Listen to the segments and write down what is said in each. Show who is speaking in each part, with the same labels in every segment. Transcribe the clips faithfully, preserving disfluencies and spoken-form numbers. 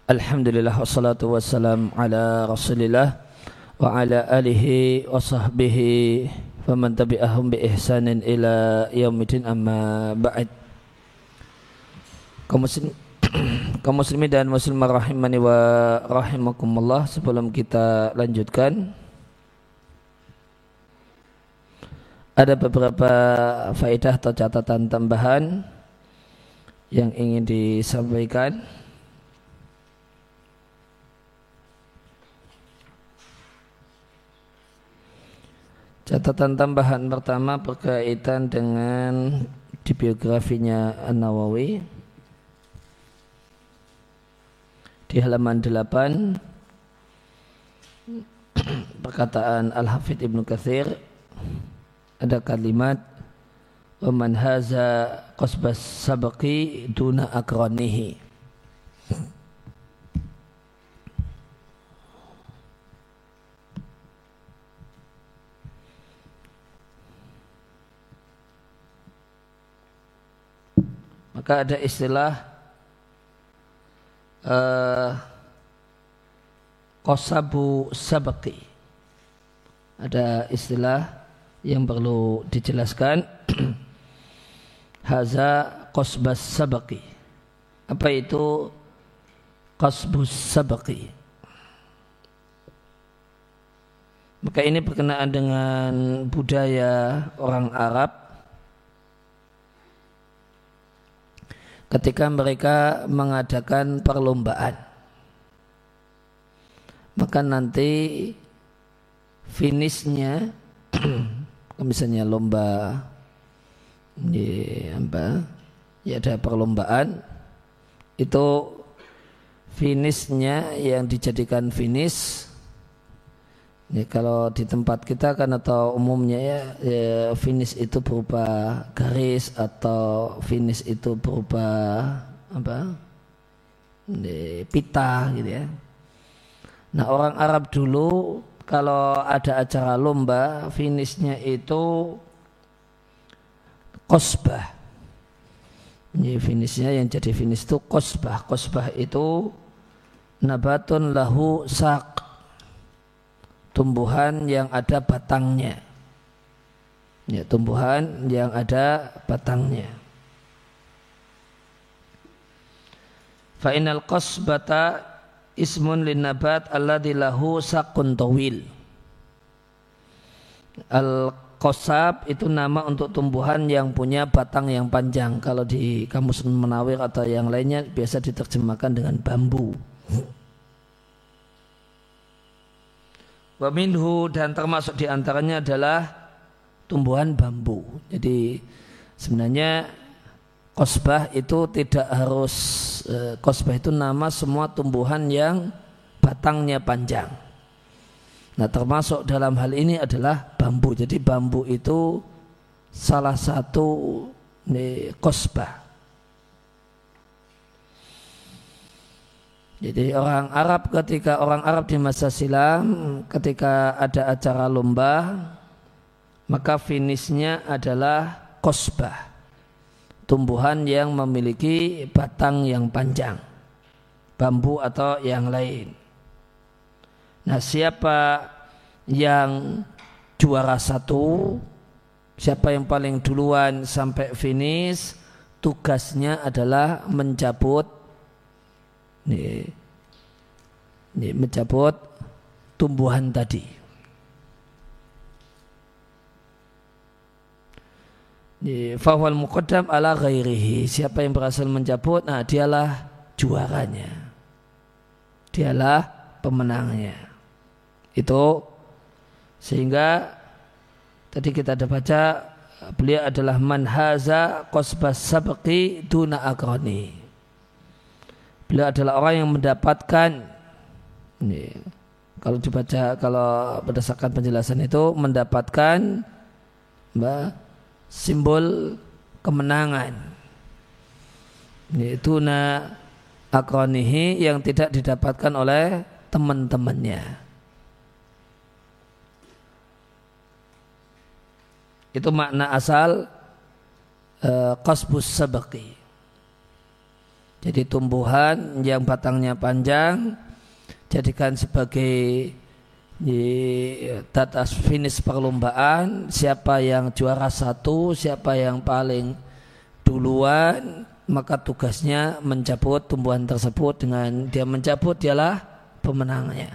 Speaker 1: Alhamdulillah wassalatu wassalam ala rasulillah wa ala alihi wa sahbihi wa man tabi'ahum bi ihsanin ila yaumidin amma ba'd. Kaum muslim, kaum muslimin dan muslimah rahimani wa rahimakumullah, sebelum kita lanjutkan ada beberapa faedah atau catatan tambahan yang ingin disampaikan. Catatan tambahan pertama berkaitan dengan di biografinya An-Nawawi di halaman delapan, perkataan Al-Hafidz Ibnu Katsir, ada kalimat wa man haza qasbas sabqi duna akranihi. Maka ada istilah uh, qasabu sabqi. Ada istilah yang perlu dijelaskan. Haza qasbas sabqi. Apa itu qasbus sabqi? Maka ini berkenaan dengan budaya orang Arab ketika mereka mengadakan perlombaan. Maka nanti finishnya misalnya lomba ya, apa, ya ada perlombaan, itu finishnya yang dijadikan finish ya, kalau di tempat kita kan atau umumnya ya, ya finish itu berupa garis atau finish itu berupa apa ya, pita gitu ya. Nah, orang Arab dulu kalau ada acara lomba, finishnya itu qasbah. Ini finishnya yang jadi finish itu qasbah. Qasbah itu nabatun lahu saq, tumbuhan yang ada batangnya. Ya, tumbuhan yang ada batangnya. Fa innal qasbata ismun lin nabat alladzi lahu saqun tawil. Al-qasab itu nama untuk tumbuhan yang punya batang yang panjang. Kalau di Kamus Munawir atau yang lainnya biasa diterjemahkan dengan bambu. Wa minhu, dan termasuk diantaranya adalah tumbuhan bambu. Jadi sebenarnya qasbah itu tidak harus, qasbah itu nama semua tumbuhan yang batangnya panjang. Nah, termasuk dalam hal ini adalah bambu. Jadi bambu itu salah satu qasbah. Jadi orang Arab ketika orang Arab di masa silam ketika ada acara lomba, maka finishnya adalah qasbah, tumbuhan yang memiliki batang yang panjang, bambu atau yang lain. Nah, siapa yang juara satu, siapa yang paling duluan sampai finish, tugasnya adalah mencabut nih, nih, mencabut tumbuhan tadi. Fahwal muqaddam ala ghairihi, siapa yang berhasil mencabut, nah dialah juaranya, dialah pemenangnya. Itu sehingga tadi kita ada baca beliau adalah man haza qasbas sabqi duna akrani. Beliau adalah orang yang mendapatkan ini, kalau dibaca kalau berdasarkan penjelasan itu mendapatkan mbak simbol kemenangan, yaitu na akronihi, yang tidak didapatkan oleh teman-temannya. Itu makna asal uh, qasbus sabqi. Jadi tumbuhan yang batangnya panjang jadikan sebagai data finish perlombaan, siapa yang juara satu, siapa yang paling duluan, maka tugasnya mencabut tumbuhan tersebut. Dengan dia mencabut, dialah pemenangnya.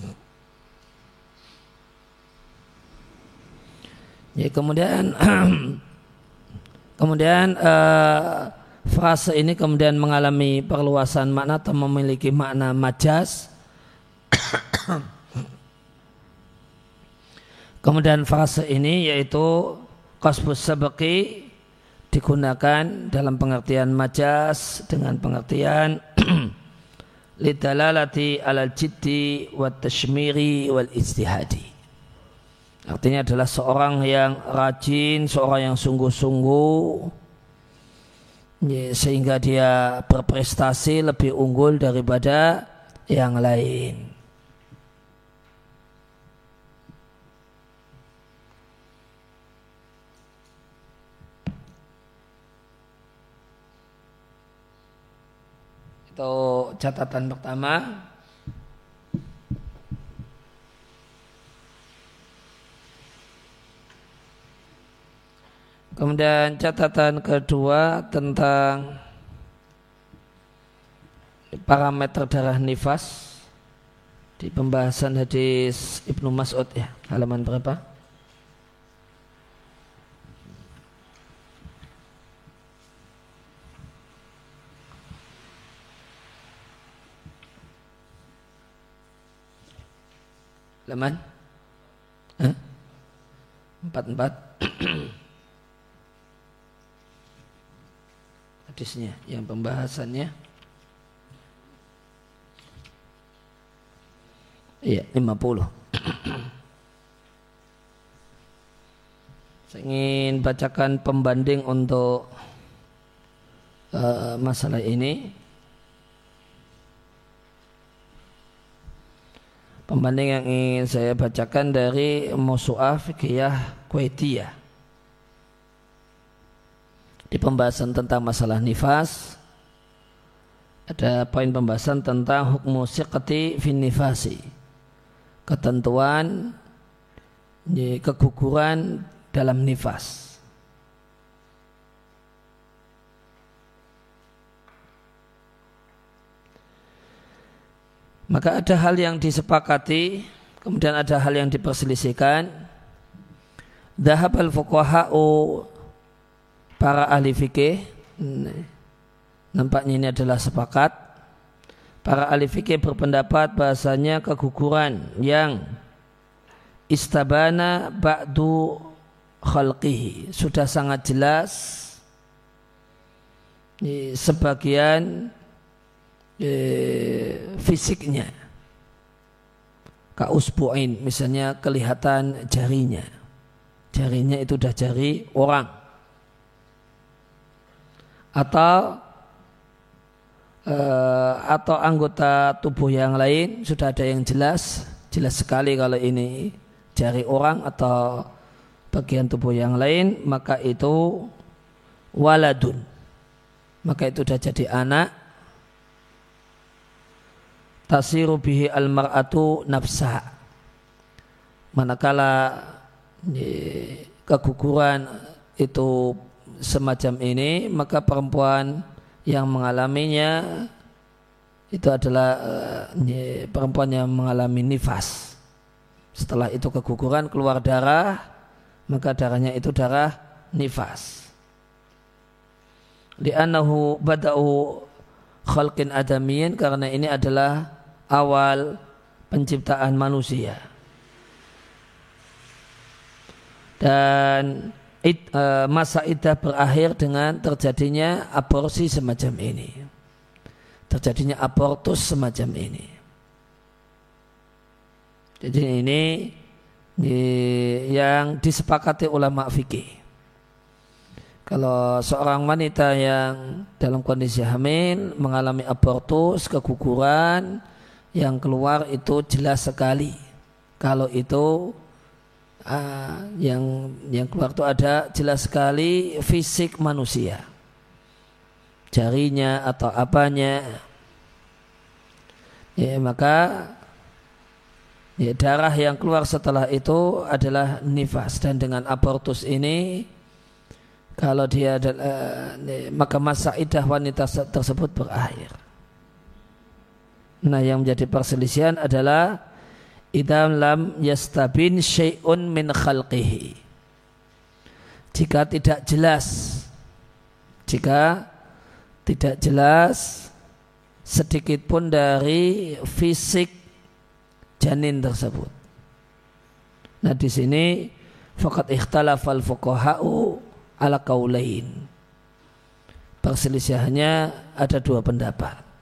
Speaker 1: Ya, kemudian kemudian uh, frase ini kemudian mengalami perluasan makna atau memiliki makna majas. Kemudian frase ini yaitu qasbus sabqi digunakan dalam pengertian majas dengan pengertian lidalalati alal jiddi wat tashmiri wal ijtihadi. Artinya adalah seorang yang rajin, seorang yang sungguh-sungguh sehingga dia berprestasi lebih unggul daripada yang lain. Itu catatan pertama. Kemudian catatan kedua tentang parameter darah nifas di pembahasan hadis Ibnu Mas'ud, ya, halaman berapa? Halaman Hah? empat puluh empat hadisnya yang pembahasannya iya lima puluh. Saya ingin bacakan pembanding untuk uh, masalah ini. Pembanding yang ingin saya bacakan dari Mawsu'ah Fiqhiyah Kuwaitiyah. Di pembahasan tentang masalah nifas, ada poin pembahasan tentang hukmu siqati fin nifasi, ketentuan keguguran dalam nifas. Maka ada hal yang disepakati, kemudian ada hal yang diperselisihkan. Dhahabal fuqaha'u, para ahli fikih, nampaknya ini adalah sepakat. Para ahli fikih berpendapat bahasanya keguguran yang istabana ba'du khalqihi, sudah sangat jelas sebagian E, fisiknya, kausbu'in, misalnya kelihatan jarinya, jarinya itu sudah jari orang, atau e, atau anggota tubuh yang lain sudah ada yang jelas, jelas sekali kalau ini jari orang atau bagian tubuh yang lain, maka itu waladun, maka itu sudah jadi anak. Tasiru bihi al-mar'atu nafsah, manakala keguguran itu semacam ini, maka perempuan yang mengalaminya itu adalah uh, perempuan yang mengalami nifas. Setelah itu keguguran keluar darah, maka darahnya itu darah nifas. Li'annahu bada'u khalqin adamiyin, karena ini adalah awal penciptaan manusia. Dan it, e, masa iddah berakhir dengan terjadinya aborsi semacam ini, terjadinya abortus semacam ini. Jadi ini di, yang disepakati ulama fikih. Kalau seorang wanita yang dalam kondisi hamil mengalami abortus, keguguran, yang keluar itu jelas sekali. Kalau itu uh, yang yang keluar itu ada jelas sekali fisik manusia. jarinya atau apanya, ya maka ya, darah yang keluar setelah itu adalah nifas. Dan dengan abortus ini, kalau dia adalah, maka masa iddah wanita tersebut berakhir. Nah, yang menjadi perselisihan adalah idza lam yastabin syai'un min khalqihi. Jika tidak jelas, jika tidak jelas sedikit pun dari fisik janin tersebut. Nah, di sini faqad ikhtalafal fuqaha'u ala qaulain. Perselisihannya ada dua pendapat.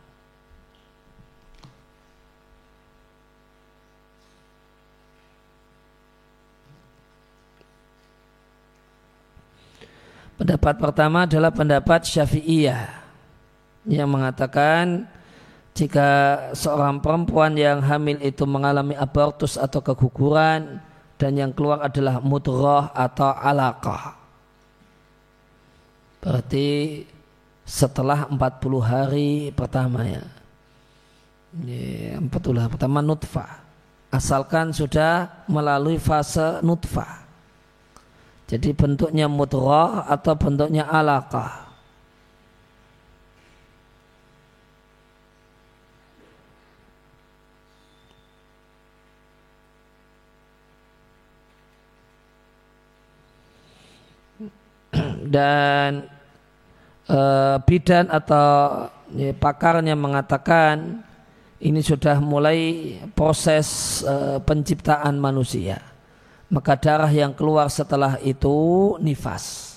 Speaker 1: Pendapat pertama adalah pendapat Syafi'iyah yang mengatakan jika seorang perempuan yang hamil itu mengalami abortus atau keguguran dan yang keluar adalah mudghah atau alaqah, berarti setelah empat puluh hari pertama ya, empat puluh hari pertama nutfah, asalkan sudah melalui fase nutfah. Jadi bentuknya mudghah atau bentuknya alaqah. Dan e, bidan atau ya, pakarnya mengatakan ini sudah mulai proses e, penciptaan manusia. Maka darah yang keluar setelah itu nifas.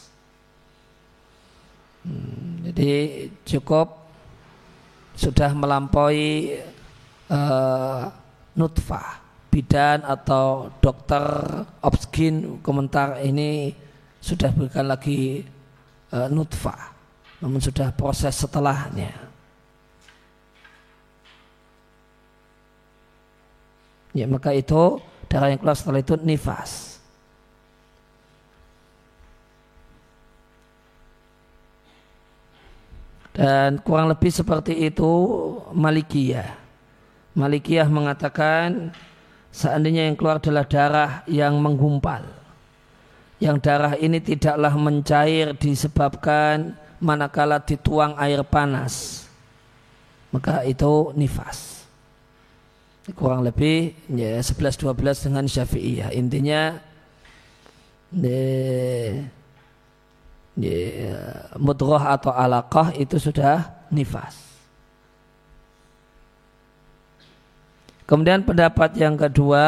Speaker 1: Hmm, jadi cukup sudah melampaui uh, nutfah. Bidan atau dokter obsgin komentar ini sudah bukan lagi uh, nutfah, namun sudah proses setelahnya. Ya, maka itu darah yang keluar setelah itu nifas. Dan kurang lebih seperti itu Malikiyah. Malikiyah mengatakan seandainya yang keluar adalah darah yang menggumpal, yang darah ini tidaklah mencair disebabkan manakala dituang air panas, maka itu nifas. Kurang lebih ya sebelas dua belas dengan Syafi'iyah. Intinya ya, ya, mudghah atau alaqah itu sudah nifas. Kemudian pendapat yang kedua,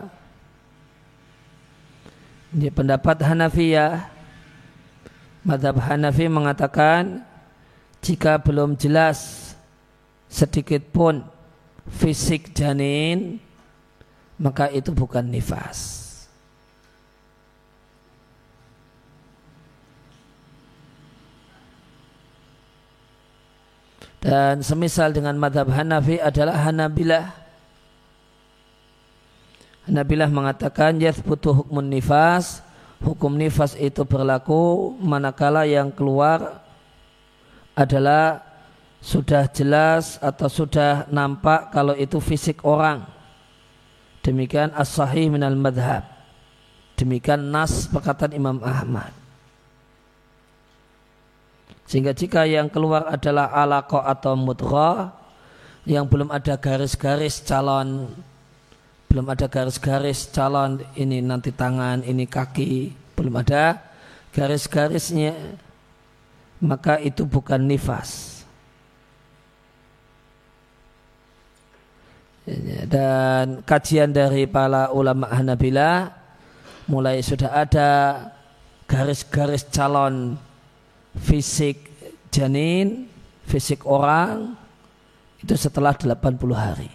Speaker 1: ya, pendapat Hanafiyah. Mazhab Hanafi mengatakan jika belum jelas sedikit pun fisik janin, maka itu bukan nifas. Dan semisal dengan mazhab Hanafi adalah Hanabilah. Hanabilah mengatakan yathbutu hukmun nifas, hukum nifas itu berlaku manakala yang keluar adalah sudah jelas atau sudah nampak kalau itu fisik orang. Demikian as-sahih minal madhab. Demikian nas perkataan Imam Ahmad. Sehingga jika yang keluar adalah alaqah atau mudghah, yang belum ada garis-garis calon, belum ada garis-garis calon ini nanti tangan, ini kaki, belum ada garis-garisnya, maka itu bukan nifas. Dan kajian dari para ulama Hanabilah mulai sudah ada garis-garis calon fisik janin, fisik orang itu setelah delapan puluh hari.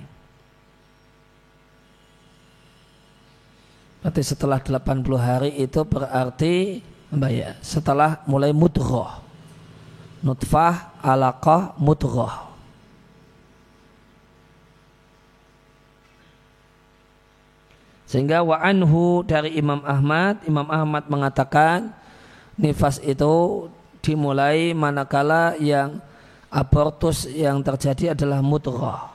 Speaker 1: Berarti setelah delapan puluh hari itu berarti ya, setelah mulai mudghah, nutfah, alaqah, mudghah. Sehingga wa anhu dari Imam Ahmad, Imam Ahmad mengatakan nifas itu dimulai manakala yang abortus yang terjadi adalah mudghah.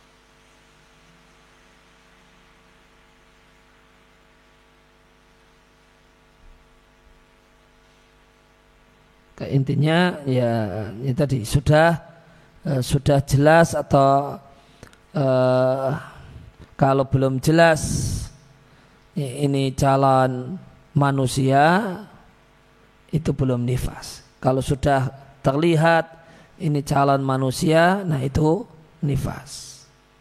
Speaker 1: Intinya ya, ya tadi sudah uh, sudah jelas atau uh, kalau belum jelas ini calon manusia itu belum nifas. Kalau sudah terlihat ini calon manusia, nah itu nifas.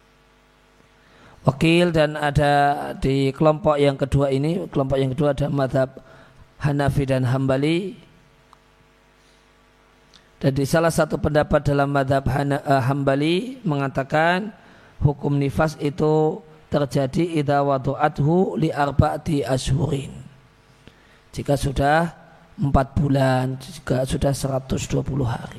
Speaker 1: Wakil dan ada di kelompok yang kedua ini, kelompok yang kedua ada mazhab Hanafi dan Hambali. Dan di salah satu pendapat dalam mazhab Hambali mengatakan hukum nifas itu terjadi idza wadu'athu li arba'ati ashhurin. Jika sudah empat bulan, jika sudah seratus dua puluh hari.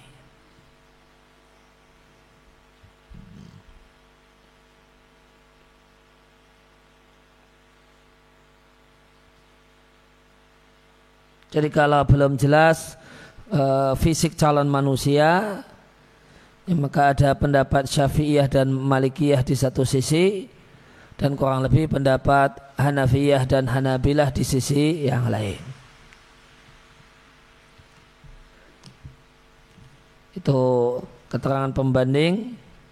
Speaker 1: Jadi kalau belum jelas Uh, fisik calon manusia, ya, maka ada pendapat Syafi'iyah dan Malikiyah di satu sisi dan kurang lebih pendapat Hanafiyah dan Hanabilah di sisi yang lain. Itu keterangan pembanding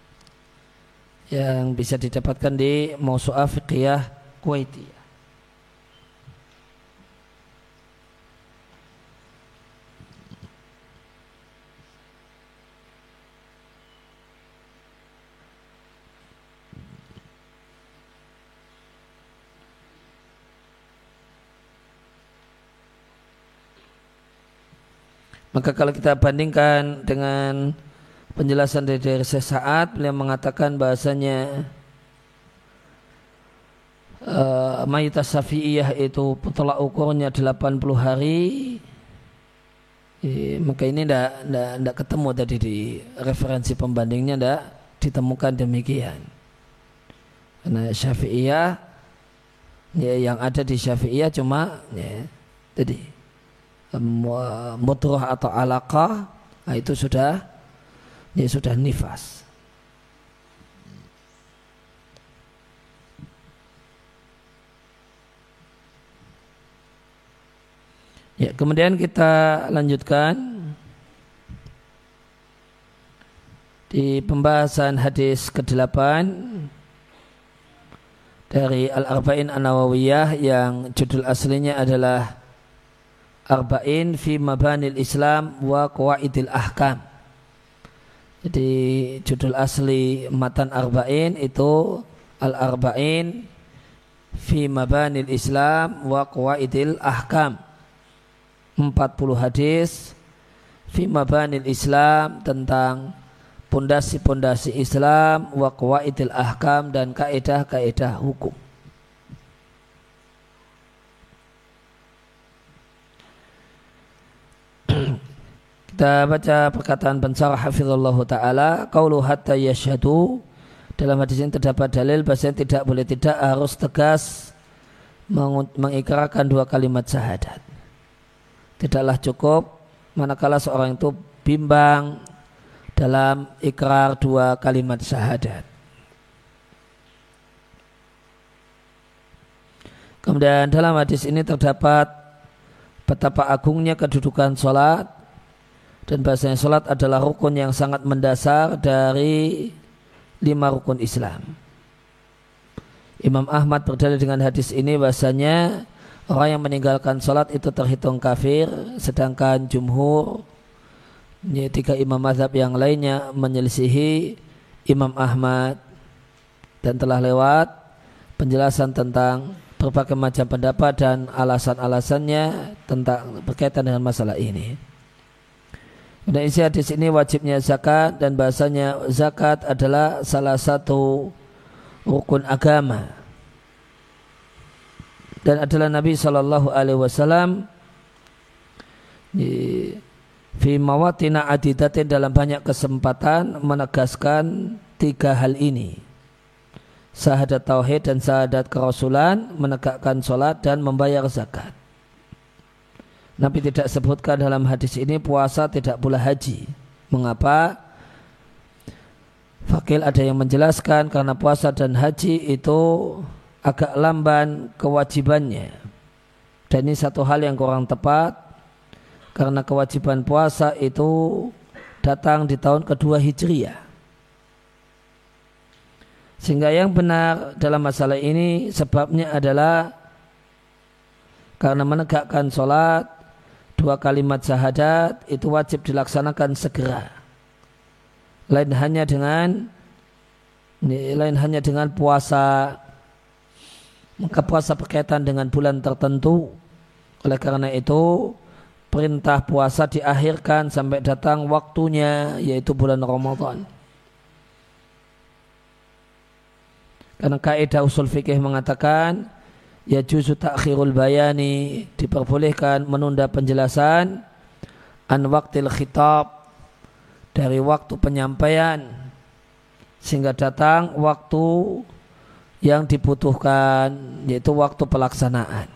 Speaker 1: yang bisa didapatkan di Mawsu'ah Fiqhiyah Kuwaitiyah. Maka kalau kita bandingkan dengan penjelasan dari, dari sesaat, beliau mengatakan bahasanya uh, mayyitas syafi'iyah itu tolak ukurnya delapan puluh hari. E, maka ini tidak ketemu tadi di referensi pembandingnya, tidak ditemukan demikian. Karena syafi'iyah ya, yang ada di syafi'iyah cuma ya, tadi mudghah atau alaqah, nah itu sudah ya sudah nifas. Ya, kemudian kita lanjutkan di pembahasan hadis kedelapan dari Al-Arba'in An-Nawawiyah yang judul aslinya adalah Arba'in fi Mabanil Islam wa Qawaidil Ahkam. Jadi judul asli matan Arba'in itu Al-Arba'in fi Mabanil Islam wa Qawaidil Ahkam. empat puluh hadis fi Mabanil Islam tentang pondasi-pondasi Islam wa Qawaidil Ahkam dan kaidah-kaidah hukum. Kita baca perkataan pensyarah hafizallahu ta'ala, qaulu hatta yashhadu. Dalam hadis ini terdapat dalil bahasanya tidak boleh tidak harus tegas mengikrarkan dua kalimat syahadat. Tidaklah cukup manakala seorang itu bimbang dalam ikrar dua kalimat syahadat. Kemudian dalam hadis ini terdapat betapa agungnya kedudukan sholat, dan bahasanya sholat adalah rukun yang sangat mendasar dari lima rukun Islam. Imam Ahmad berdalil dengan hadis ini bahasanya orang yang meninggalkan sholat itu terhitung kafir, sedangkan jumhur, tiga imam mazhab yang lainnya menyelisihi Imam Ahmad, dan telah lewat penjelasan tentang berbagai macam pendapat dan alasan-alasannya tentang berkaitan dengan masalah ini. Dan isi hadis ini wajibnya zakat, dan bahasanya zakat adalah salah satu rukun agama, dan adalah Nabi Shallallahu Alaihi Wasallam fi mawatina adidatin dalam banyak kesempatan menegaskan tiga hal ini: syahadat tauhid dan syahadat kerasulan, menegakkan sholat dan membayar zakat. Nabi tidak sebutkan dalam hadis ini puasa, tidak pula haji. Mengapa? Fakil ada yang menjelaskan karena puasa dan haji itu agak lamban kewajibannya. Dan ini satu hal yang kurang tepat karena kewajiban puasa itu datang di tahun kedua Hijriyah. Sehingga yang benar dalam masalah ini sebabnya adalah karena menegakkan sholat dua kalimat syahadat itu wajib dilaksanakan segera. Lain hanya dengan lain hanya dengan puasa, maka puasa berkaitan dengan bulan tertentu. Oleh karena itu perintah puasa diakhirkan sampai datang waktunya, yaitu bulan Ramadan. Karena kaidah usul fikih mengatakan ya juzu ta'khirul bayani, diperbolehkan menunda penjelasan an waqtil khitab, dari waktu penyampaian sehingga datang waktu yang dibutuhkan, yaitu waktu pelaksanaan.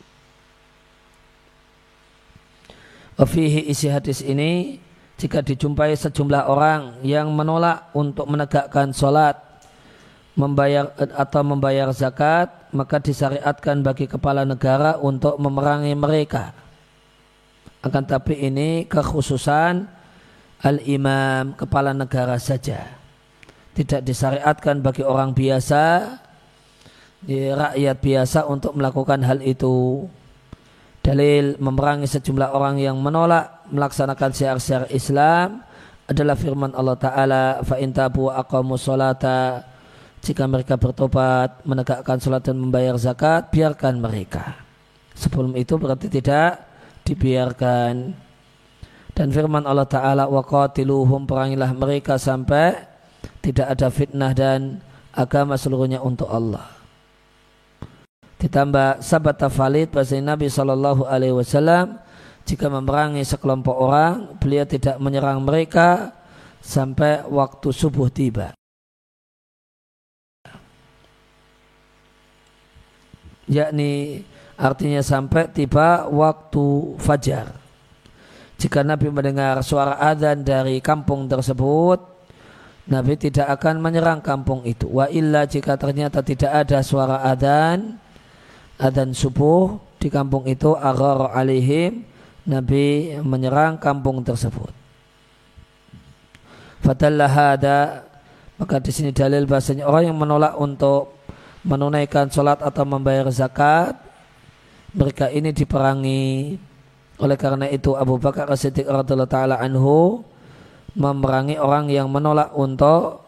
Speaker 1: Fihi isi hadis ini, jika dijumpai sejumlah orang yang menolak untuk menegakkan sholat, membayar atau membayar zakat, maka disyariatkan bagi kepala negara untuk memerangi mereka. Akan tapi ini kekhususan al-imam, kepala negara saja. Tidak disyariatkan bagi orang biasa, rakyat biasa untuk melakukan hal itu. Dalil memerangi sejumlah orang yang menolak melaksanakan syiar-syiar Islam adalah firman Allah Ta'ala, fa in tabu aqamu sholata, jika mereka bertobat, menegakkan sholat dan membayar zakat, biarkan mereka. Sebelum itu berarti tidak dibiarkan. Dan firman Allah Ta'ala, wa qatiluhum, perangilah mereka sampai tidak ada fitnah dan agama seluruhnya untuk Allah. Ditambah sabata valid bahasa Nabi Shallallahu Alaihi Wasallam, jika memerangi sekelompok orang, beliau tidak menyerang mereka sampai waktu subuh tiba. Yakni artinya sampai tiba waktu fajar. Jika Nabi mendengar suara adzan dari kampung tersebut, Nabi tidak akan menyerang kampung itu. Wa illa, jika ternyata tidak ada suara adzan, adzan subuh di kampung itu, aghar alaihim, Nabi menyerang kampung tersebut. Fadalla hada, maka di sini dalil bahasanya orang yang menolak untuk menunaikan sholat atau membayar zakat, mereka ini diperangi. Oleh karena itu Abu Bakar As-Siddiq radhiyallahu taala anhu memerangi orang yang menolak untuk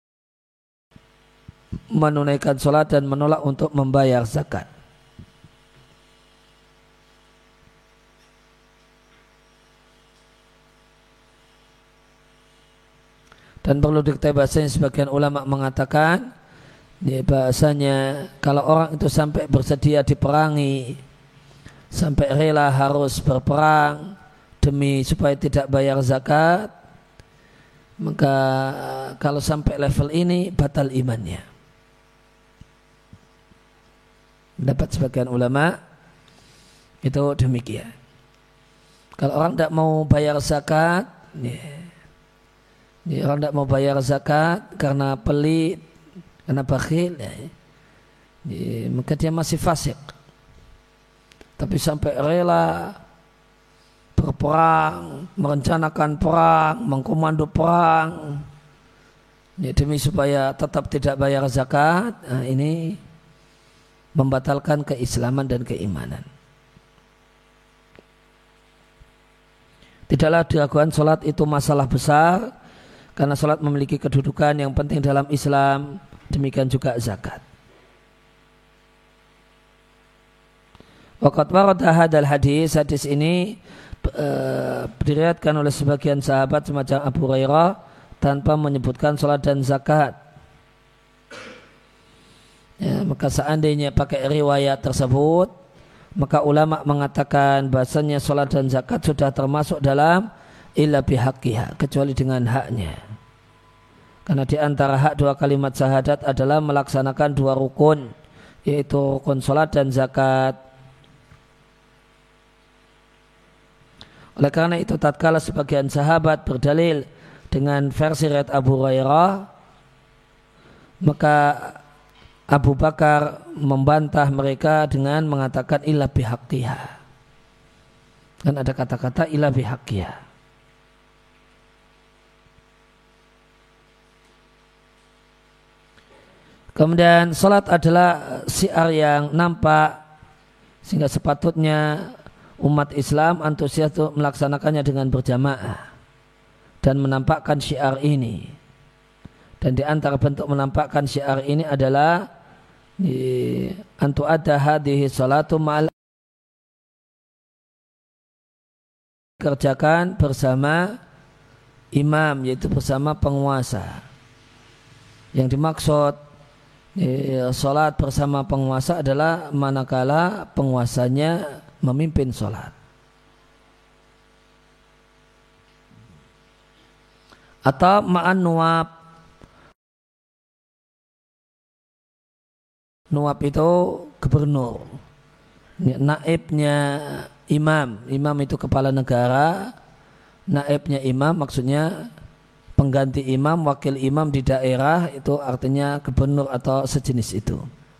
Speaker 1: menunaikan sholat dan menolak untuk membayar zakat. Dan perlu diketahui bahasanya sebagian ulama mengatakan ya, bahasanya kalau orang itu sampai bersedia diperangi, sampai rela harus berperang demi supaya tidak bayar zakat, maka kalau sampai level ini batal imannya. Dapat sebagian ulama itu demikian. Kalau orang tidak mau bayar zakat, ya, ya, orang tidak mau bayar zakat karena pelit, karena bakhil, ya, ya, maka dia masih fasik. Tapi sampai rela berperang, merencanakan perang, mengkomando perang, ya, demi supaya tetap tidak bayar zakat, nah, ini membatalkan keislaman dan keimanan. Tidaklah diragukan sholat itu masalah besar, karena sholat memiliki kedudukan yang penting dalam Islam, demikian juga zakat. Waqad warada hadal hadis, hadis ini uh, diriwayatkan oleh sebagian sahabat semacam Abu Hurairah tanpa menyebutkan sholat dan zakat. Ya, maka seandainya pakai riwayat tersebut, maka ulama mengatakan bahasanya sholat dan zakat sudah termasuk dalam illa bihaqqiha, kecuali dengan haknya. Karena di antara hak dua kalimat syahadat adalah melaksanakan dua rukun, yaitu rukun sholat dan zakat. Oleh karena itu tatkala sebagian sahabat berdalil dengan versi riwayat Abu Hurairah Maka Abu Bakar membantah mereka dengan mengatakan illa bihaqqiha. Kan ada kata-kata illa bihaqqiha. Kemudian salat adalah syiar yang nampak sehingga sepatutnya umat Islam antusias untuk melaksanakannya dengan berjamaah dan menampakkan syiar ini. Dan di antara bentuk menampakkan syiar ini adalah antu ada hadhihi salatu ma'al kerjakan bersama imam, yaitu bersama penguasa. Yang dimaksud salat bersama penguasa adalah manakala penguasanya memimpin salat. Atau ma'an nuwab. Nuwab itu gubernur, naibnya imam. Imam itu kepala negara, naibnya imam maksudnya pengganti imam, wakil imam di daerah, itu artinya gubernur atau sejenis itu.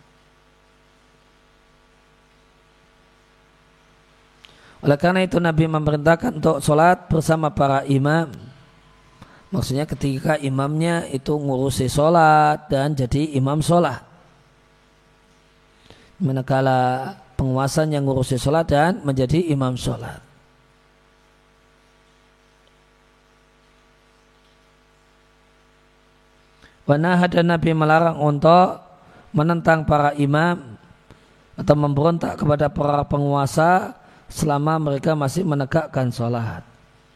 Speaker 1: Oleh karena itu Nabi memerintahkan untuk sholat bersama para imam. Maksudnya ketika imamnya itu ngurusi sholat dan jadi imam sholat. Manakala penguasanya ngurusi sholat dan menjadi imam sholat. Wanah dan Nabi melarang untuk menentang para imam atau memberontak kepada para penguasa selama mereka masih menegakkan sholat.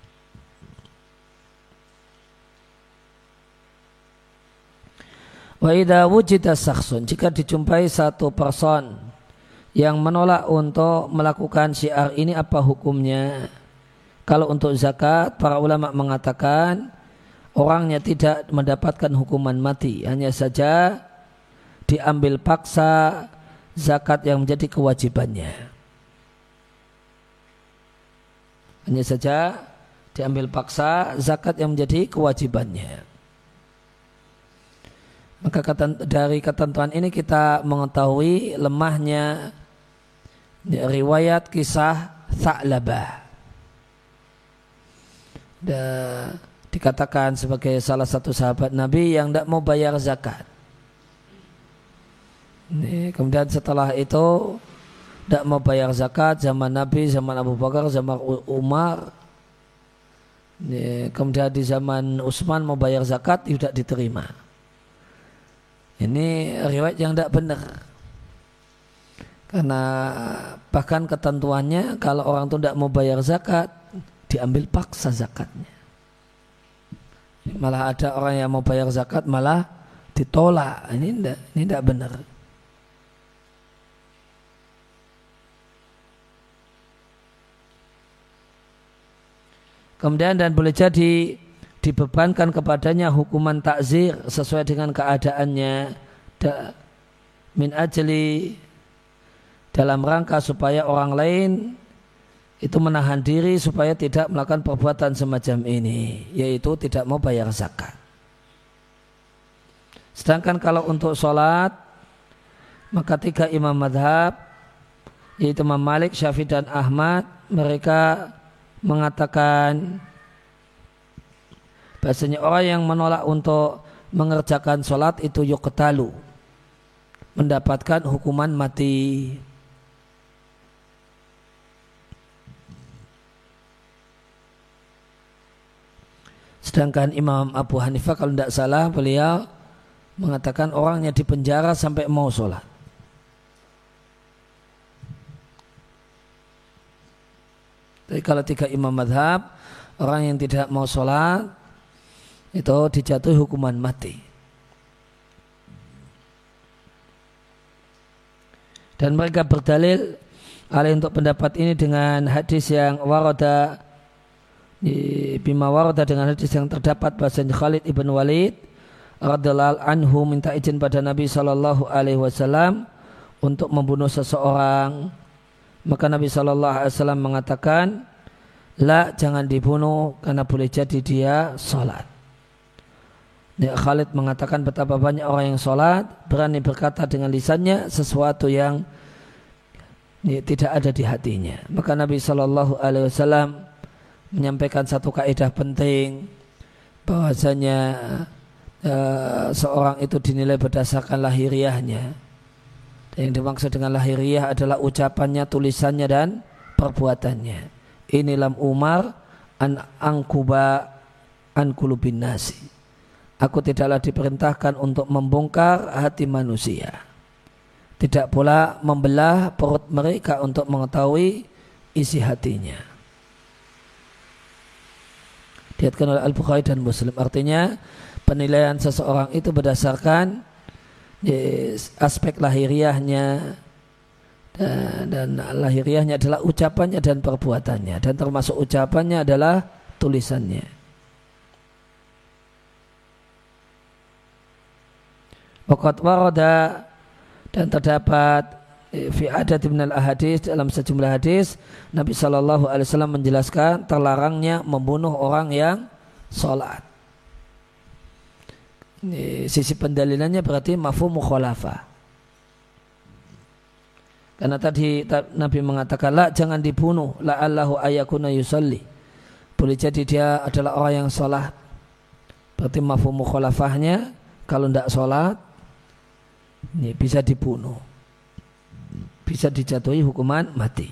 Speaker 1: Wa idza wujida syakhsun, jika dijumpai satu person yang menolak untuk melakukan syiar ini, apa hukumnya? Kalau untuk zakat, para ulama mengatakan orangnya tidak mendapatkan hukuman mati, hanya saja diambil paksa zakat yang menjadi kewajibannya. Hanya saja diambil paksa zakat yang menjadi kewajibannya. Maka dari ketentuan ini kita mengetahui lemahnya riwayat kisah Tha'labah. Dikatakan sebagai salah satu sahabat Nabi yang tidak mau bayar zakat. Kemudian setelah itu tidak mau bayar zakat zaman Nabi, zaman Abu Bakar, zaman Umar. Kemudian di zaman Utsman mau bayar zakat tidak diterima. Ini riwayat yang tidak benar. Karena bahkan ketentuannya kalau orang itu tidak mau bayar zakat, diambil paksa zakatnya. Malah ada orang yang mau bayar zakat malah ditolak. Ini tidak, ini tidak benar. Kemudian dan boleh jadi dibebankan kepadanya hukuman takzir sesuai dengan keadaannya da, min ajli dalam rangka supaya orang lain itu menahan diri supaya tidak melakukan perbuatan semacam ini, yaitu tidak mau bayar zakat. Sedangkan kalau untuk sholat, maka tiga imam madhab, yaitu Imam Malik, Syafi'i dan Ahmad, mereka mengatakan bahasanya orang yang menolak untuk mengerjakan sholat itu yuqtalu, mendapatkan hukuman mati. Sedangkan Imam Abu Hanifah kalau tidak salah beliau mengatakan orangnya dipenjara sampai mau sholat. Jadi kalau tiga imam madhab, orang yang tidak mau sholat itu dijatuhi hukuman mati. Dan mereka berdalil alih untuk pendapat ini dengan hadis yang warada bima warada, dengan hadis yang terdapat bahasanya Khalid ibn Walid radhiyallahu anhu minta izin pada Nabi sallallahu alaihi wasallam untuk membunuh seseorang. Maka Nabi sallallahu alaihi wasallam mengatakan, la, jangan dibunuh karena boleh jadi dia salat. Khalid mengatakan betapa banyak orang yang sholat berani berkata dengan lisannya sesuatu yang ya, tidak ada di hatinya. Maka Nabi Shallallahu Alaihi Wasallam menyampaikan satu kaidah penting bahwasanya uh, seorang itu dinilai berdasarkan lahiriahnya. Yang dimaksud dengan lahiriah adalah ucapannya, tulisannya dan perbuatannya. Inilam Umar an angkuba an kulubin nasi. Aku tidaklah diperintahkan untuk membongkar hati manusia. Tidak pula membelah perut mereka untuk mengetahui isi hatinya. Diriwayatkan oleh Al-Bukhari dan Muslim. Artinya penilaian seseorang itu berdasarkan yes, aspek lahiriahnya. Dan, dan lahiriahnya adalah ucapannya dan perbuatannya. Dan termasuk ucapannya adalah tulisannya. Waqad warada, dan terdapat fi adat minal ahadits, dalam sejumlah hadis Nabi Shallallahu Alaihi Wasallam menjelaskan terlarangnya membunuh orang yang sholat. Sisi pendalilannya berarti mafhum mukhalafah. Karena tadi Nabi mengatakan la jangan dibunuh, la allahu ayakuna yusalli. Boleh jadi dia adalah orang yang sholat. Berarti mafhum mukhalafahnya kalau tidak sholat ini bisa dibunuh, bisa dijatuhi hukuman mati.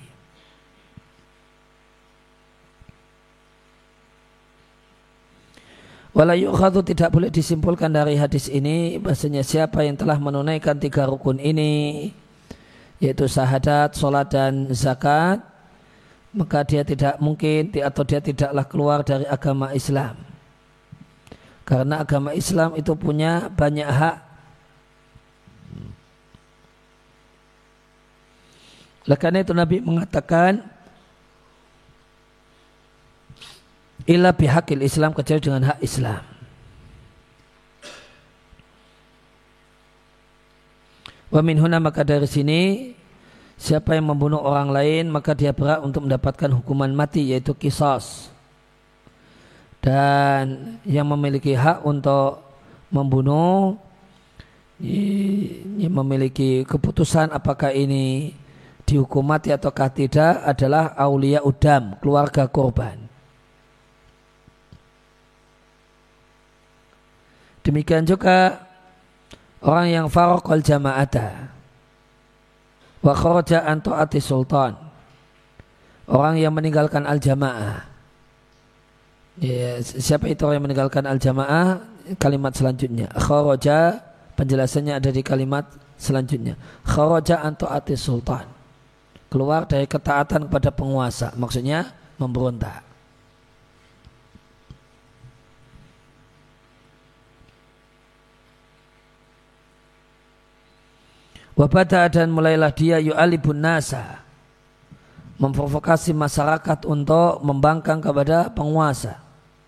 Speaker 1: Wala yu'khadhu, tidak boleh disimpulkan dari hadis ini bahasanya siapa yang telah menunaikan tiga rukun ini, yaitu syahadat, sholat dan zakat, maka dia tidak mungkin atau dia tidaklah keluar dari agama Islam. Karena agama Islam itu punya banyak hak. Oleh karena itu Nabi mengatakan illa bihaqil Islam, kecuali dengan hak Islam. Wa min huna, maka dari sini siapa yang membunuh orang lain maka dia berhak untuk mendapatkan hukuman mati, yaitu qisas. Dan yang memiliki hak untuk membunuh yang memiliki keputusan apakah ini dihukum mati ataukah tidak adalah aulia udam, keluarga korban. Demikian juga orang yang faraqal jama'ata wa kharaja an ta'ati sultan, orang yang meninggalkan al-jamaah. Ya, siapa itu orang yang meninggalkan al-jamaah? Kalimat selanjutnya kharaja, penjelasannya ada di kalimat selanjutnya. Kharaja an ta'ati sultan, keluar dari ketaatan kepada penguasa, maksudnya memberontak. Wabada, dan mulailah dia yu'alibun nasa, memprovokasi masyarakat untuk membangkang kepada penguasa.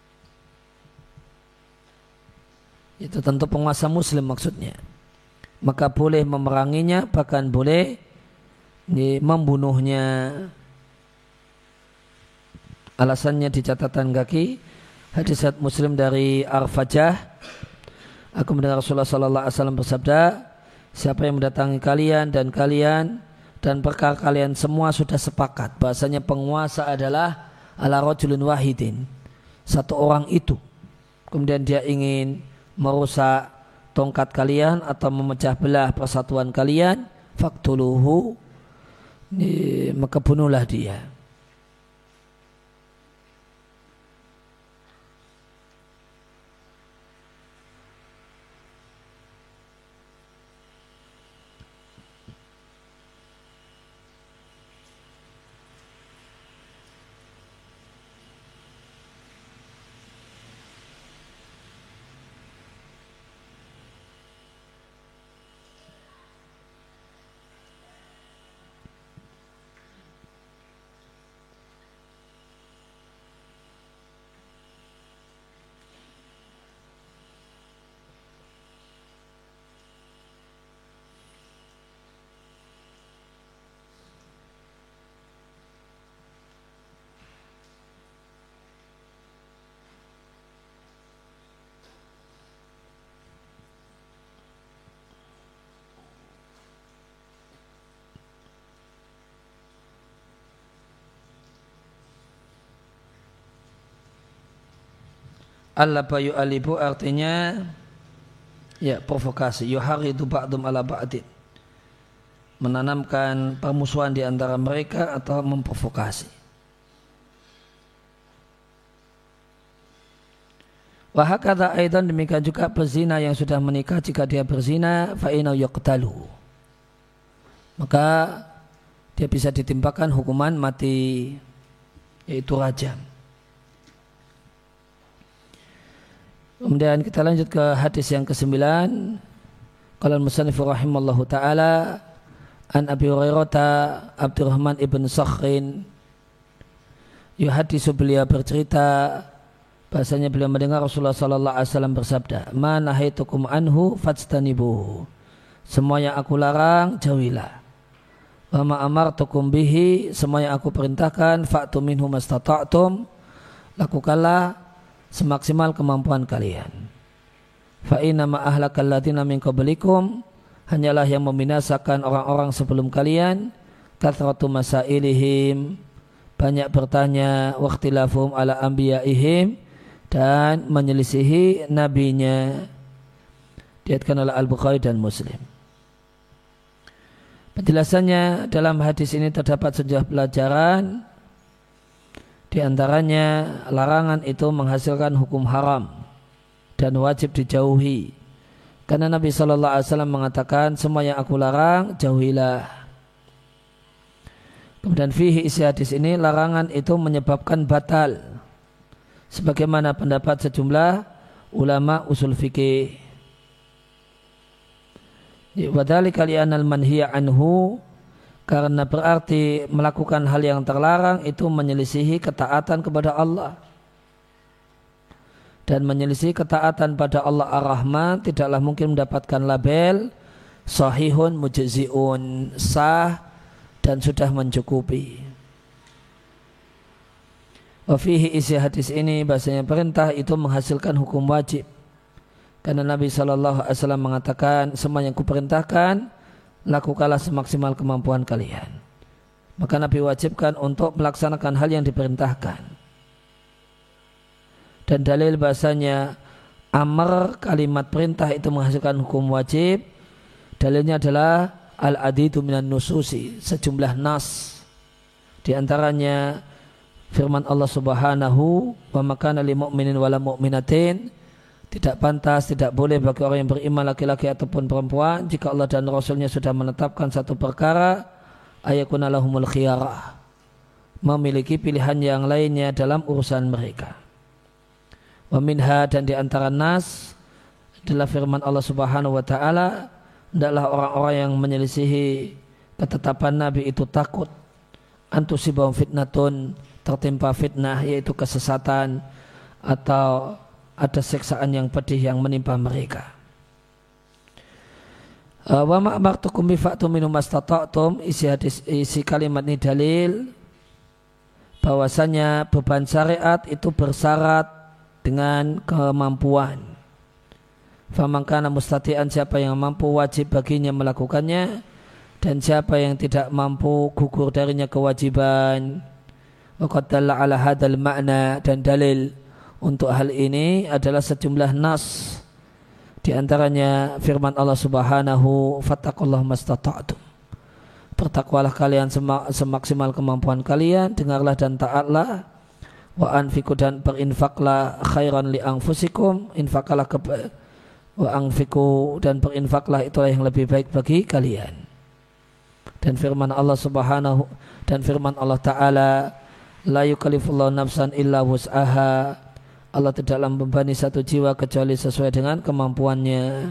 Speaker 1: Itu tentu penguasa muslim maksudnya. Maka boleh memeranginya, bahkan boleh membunuhnya. Alasannya di catatan kaki hadis Muslim dari Ar-Fajah, aku mendengar Rasulullah sallallahu alaihi wasallam bersabda, siapa yang mendatangi kalian dan kalian dan perkara kalian semua sudah sepakat bahasanya penguasa adalah ala rajulin wahidin, satu orang itu, kemudian dia ingin merusak tongkat kalian atau memecah belah persatuan kalian, faqtuluhu, maka bunuhlah dia. Allaba yu'alibu artinya ya provokasi. Yuharidu ba'dum ala ba'din, menanamkan permusuhan di antara mereka atau memprovokasi. Wa hakadha aidan, demikian juga pezina yang sudah menikah, jika dia berzina fa inna yuqtalu, maka dia bisa ditimpakan hukuman mati, yaitu rajam. Kemudian kita lanjut ke hadis yang kesembilan. Qala al-musannif rahimallahu taala an Abi Hurairah Abdurrahman ibn Sakhrin yuhadisu, beliau bercerita bahasanya beliau mendengar Rasulullah sallallahu alaihi wasallam bersabda, "Ma nahaitukum anhu fajtanibuhu." Semua yang aku larang jauhilah. "Wa ma amartukum bihi." Semua yang aku perintahkan, fa'tu minhu mastata'tum. Lakukanlah semaksimal kemampuan kalian. Fa inna ma ahlakal ladzina min qablikum, hanyalah yang membinasakan orang-orang sebelum kalian, kathratu masailihim, banyak bertanya, waqtilafum ala anbiyaihim, dan menyelisihi nabinya. Diriwayatkan oleh Al-Bukhari dan Muslim. Penjelasannya, dalam hadis ini terdapat sejumlah pelajaran. Di antaranya, larangan itu menghasilkan hukum haram dan wajib dijauhi. Karena Nabi shallallahu alaihi wasallam mengatakan, semua yang aku larang jauhilah. Kemudian fihi, isi hadis ini, larangan itu menyebabkan batal, sebagaimana pendapat sejumlah ulama usul fikih. Wadhalika li'anal manhiya anhu, karena berarti melakukan hal yang terlarang itu menyelisihi ketaatan kepada Allah. Dan menyelisihi ketaatan pada Allah Ar-Rahman tidaklah mungkin mendapatkan label sahihun mujzi'un, sah dan sudah mencukupi. Wa fihi, isi hadis ini, bahasanya perintah itu menghasilkan hukum wajib. Karena Nabi shallallahu alaihi wasallam mengatakan, semua yang kuperintahkan lakukanlah semaksimal kemampuan kalian. Maka Nabi wajibkan untuk melaksanakan hal yang diperintahkan. Dan dalil bahasanya amr, kalimat perintah itu menghasilkan hukum wajib, dalilnya adalah al-adidu minan nususi, sejumlah nas. Di antaranya firman Allah Subhanahu wa makana lil mu'minin wala mu'minatin, tidak pantas, tidak boleh bagi orang yang beriman laki-laki ataupun perempuan, jika Allah dan Rasulnya sudah menetapkan satu perkara, ayakuna lahumul khiyarah, memiliki pilihan yang lainnya dalam urusan mereka. Wa minha, dan di antara nas adalah firman Allah Subhanahu wa taala, hendaklah orang-orang yang menyelisihi ketetapan Nabi itu takut antusibahum fitnatun, tertimpa fitnah, yaitu kesesatan atau ada siksaan yang pedih yang menimpa mereka. Wa ma amartukum bi fa'tu minhum mastata'tum, isi hadis, isi kalimat ini dalil bahwasanya beban syariat itu bersyarat dengan kemampuan. Faman kana mustati'an, siapa yang mampu wajib baginya melakukannya, dan siapa yang tidak mampu gugur darinya kewajiban. Wa qad dalla ala hadzal ma'na, dan dalil untuk hal ini adalah sejumlah nas, di antaranya firman Allah Subhanahu, fattaqullaha mastata'tum, bertakwalah kalian semaksimal kemampuan kalian, dengarlah dan taatlah. Wa anfiqu, dan berinfaklah, khairan li anfusikum, infaklah ke wa anfiqu, dan berinfaklah, itulah yang lebih baik bagi kalian. Dan firman Allah Subhanahu, dan firman Allah Ta'ala, la yukallifullahu nafsan illa wus'aha, Allah tidaklah membebani satu jiwa kecuali sesuai dengan kemampuannya.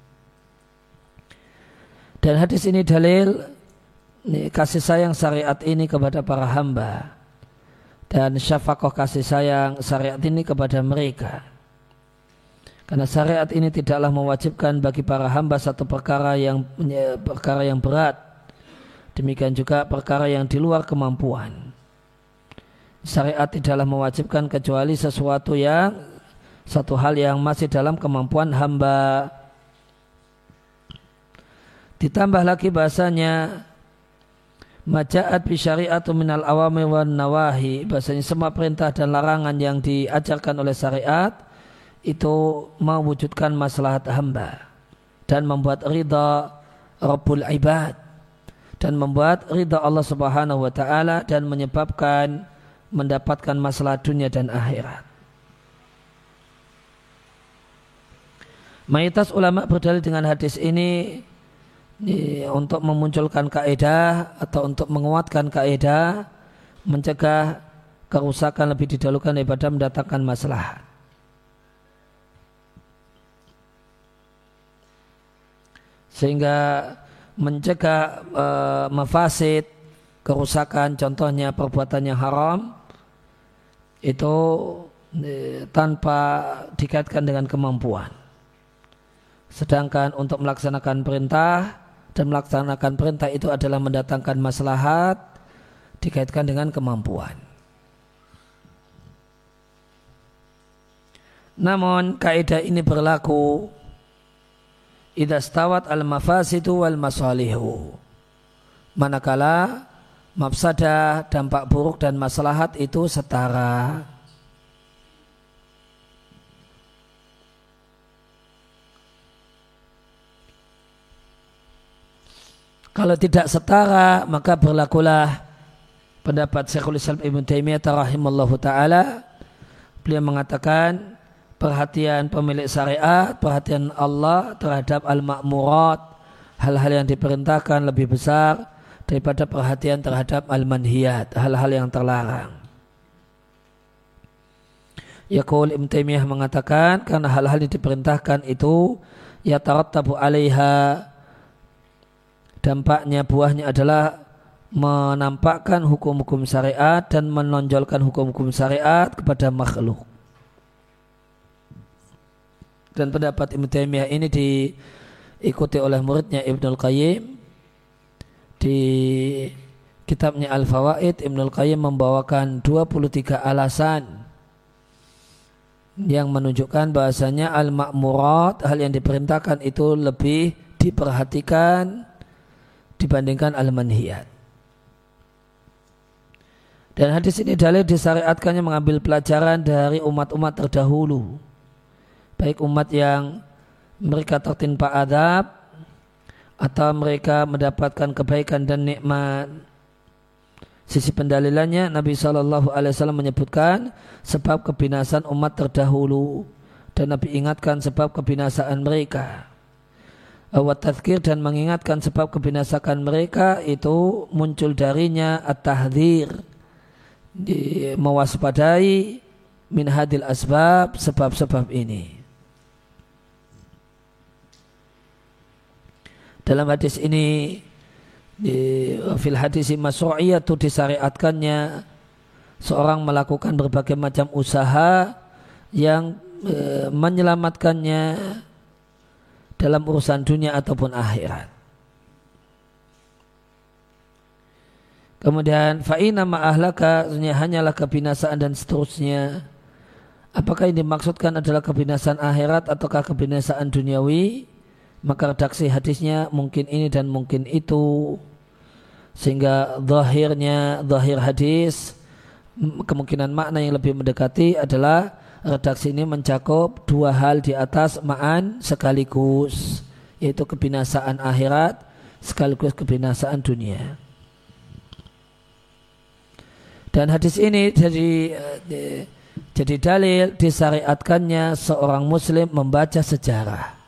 Speaker 1: Dan hadis ini dalil ini, kasih sayang syariat ini kepada para hamba, dan syafaqah, kasih sayang syariat ini kepada mereka. Karena syariat ini tidaklah mewajibkan bagi para hamba satu perkara yang perkara yang berat, demikian juga perkara yang di luar kemampuan. Syariat tidaklah mewajibkan kecuali sesuatu yang satu hal yang masih dalam kemampuan hamba. Ditambah lagi bahasanya maja'at bi syari'atu minal awamir wan nawahi, bahasanya semua perintah dan larangan yang diajarkan oleh syariat itu mewujudkan maslahat hamba dan membuat ridha Rabbul Ibad dan membuat ridha Allah Subhanahu wa taala dan menyebabkan mendapatkan maslahat dunia dan akhirat. Mayoritas ulama berdalil dengan hadis ini, ini untuk memunculkan kaidah atau untuk menguatkan kaidah mencegah kerusakan lebih didahulukan daripada mendatangkan maslahat. Sehingga mencegah e, mafasid, kerusakan, contohnya perbuatan yang haram itu e, tanpa dikaitkan dengan kemampuan. Sedangkan untuk melaksanakan perintah dan melaksanakan perintah itu adalah mendatangkan maslahat dikaitkan dengan kemampuan. Namun kaidah ini berlaku idza stawat al-mafasidu wal masalihu. Manakala mafsadah, dampak buruk dan maslahat itu setara. Kalau tidak setara, maka berlakulah pendapat Syekhul Islam Ibnu Taimiyah rahimallahu taala. Beliau mengatakan perhatian pemilik syariat, perhatian Allah terhadap al-ma'murat, hal-hal yang diperintahkan lebih besar daripada perhatian terhadap al-manhiyat, hal-hal yang terlarang. Yaqul Ibnu Taimiyah mengatakan karena hal-hal yang diperintahkan itu yatarattabu 'alaiha, dampaknya, buahnya adalah menampakkan hukum-hukum syariat dan menonjolkan hukum-hukum syariat kepada makhluk. Dan pendapat Ibnu Taimiyah ini diikuti oleh muridnya Ibnul Qayyim. Di kitabnya Al-Fawaid, Ibnul Qayyim membawakan dua puluh tiga alasan yang menunjukkan bahasanya al-ma'murat, hal yang diperintahkan itu lebih diperhatikan dibandingkan al-manhiyat. Dan hadis ini dalil disyariatkannya mengambil pelajaran dari umat-umat terdahulu, baik umat yang mereka tertimpa azab atau mereka mendapatkan kebaikan dan nikmat. Sisi pendalilannya Nabi shallallahu alaihi wasallam menyebutkan sebab kebinasaan umat terdahulu dan Nabi ingatkan sebab kebinasaan mereka. Wa tadzkir, dan mengingatkan sebab kebinasaan mereka itu muncul darinya at-tahdzir, mewaspadai min hadil asbab, sebab-sebab ini. Dalam hadis ini, di fil hadisi masyru'iyatu, disyariatkannya seorang melakukan berbagai macam usaha yang e, menyelamatkannya dalam urusan dunia ataupun akhirat. Kemudian fa'ina ma'ahlaka, hanyalah kebinasaan dan seterusnya. Apakah yang dimaksudkan adalah kebinasaan akhirat ataukah kebinasaan duniawi? Maka redaksi hadisnya mungkin ini dan mungkin itu, sehingga zahirnya, zahir hadis, kemungkinan makna yang lebih mendekati adalah redaksi ini mencakup dua hal di atas ma'an sekaligus, yaitu kebinasaan akhirat sekaligus kebinasaan dunia. Dan hadis ini jadi jadi dalil disyariatkannya seorang muslim membaca sejarah.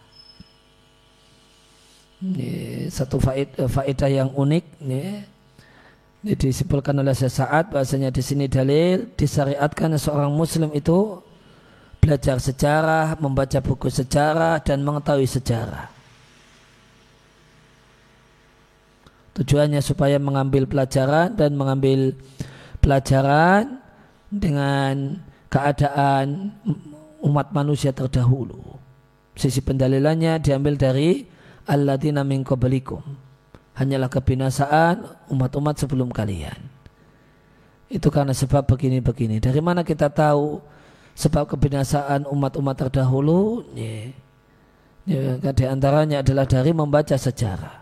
Speaker 1: Ini satu faedah yang unik, ini, ini disimpulkan oleh sesaat bahasanya di sini dalil disyariatkan seorang muslim itu belajar sejarah, membaca buku sejarah dan mengetahui sejarah. Tujuannya supaya mengambil pelajaran dan mengambil pelajaran dengan keadaan umat manusia terdahulu. Sisi pendalilannya diambil dari alladzina min qablikum, hanyalah kebinasaan umat-umat sebelum kalian. Itu karena sebab begini-begini. Dari mana kita tahu sebab kebinasaan umat-umat terdahulu? Ya, ya, di antaranya adalah dari membaca sejarah.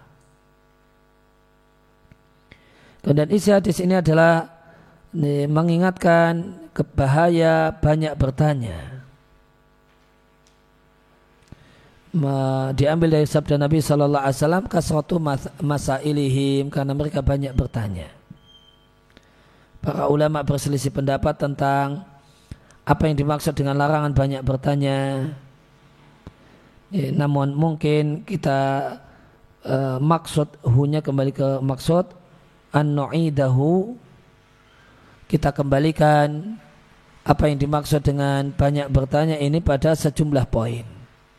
Speaker 1: Dan isi hadis ini adalah ya, mengingatkan kebahaya banyak bertanya. diambil dari sabda Nabi Sallallahu Alaihi Wasallam kasratu masailihim, karena mereka banyak bertanya. Para ulama berselisih pendapat tentang apa yang dimaksud dengan larangan banyak bertanya. Ya, namun mungkin kita uh, maksud hunya kembali ke maksud an-nu'idahu, kita kembalikan apa yang dimaksud dengan banyak bertanya ini pada sejumlah poin.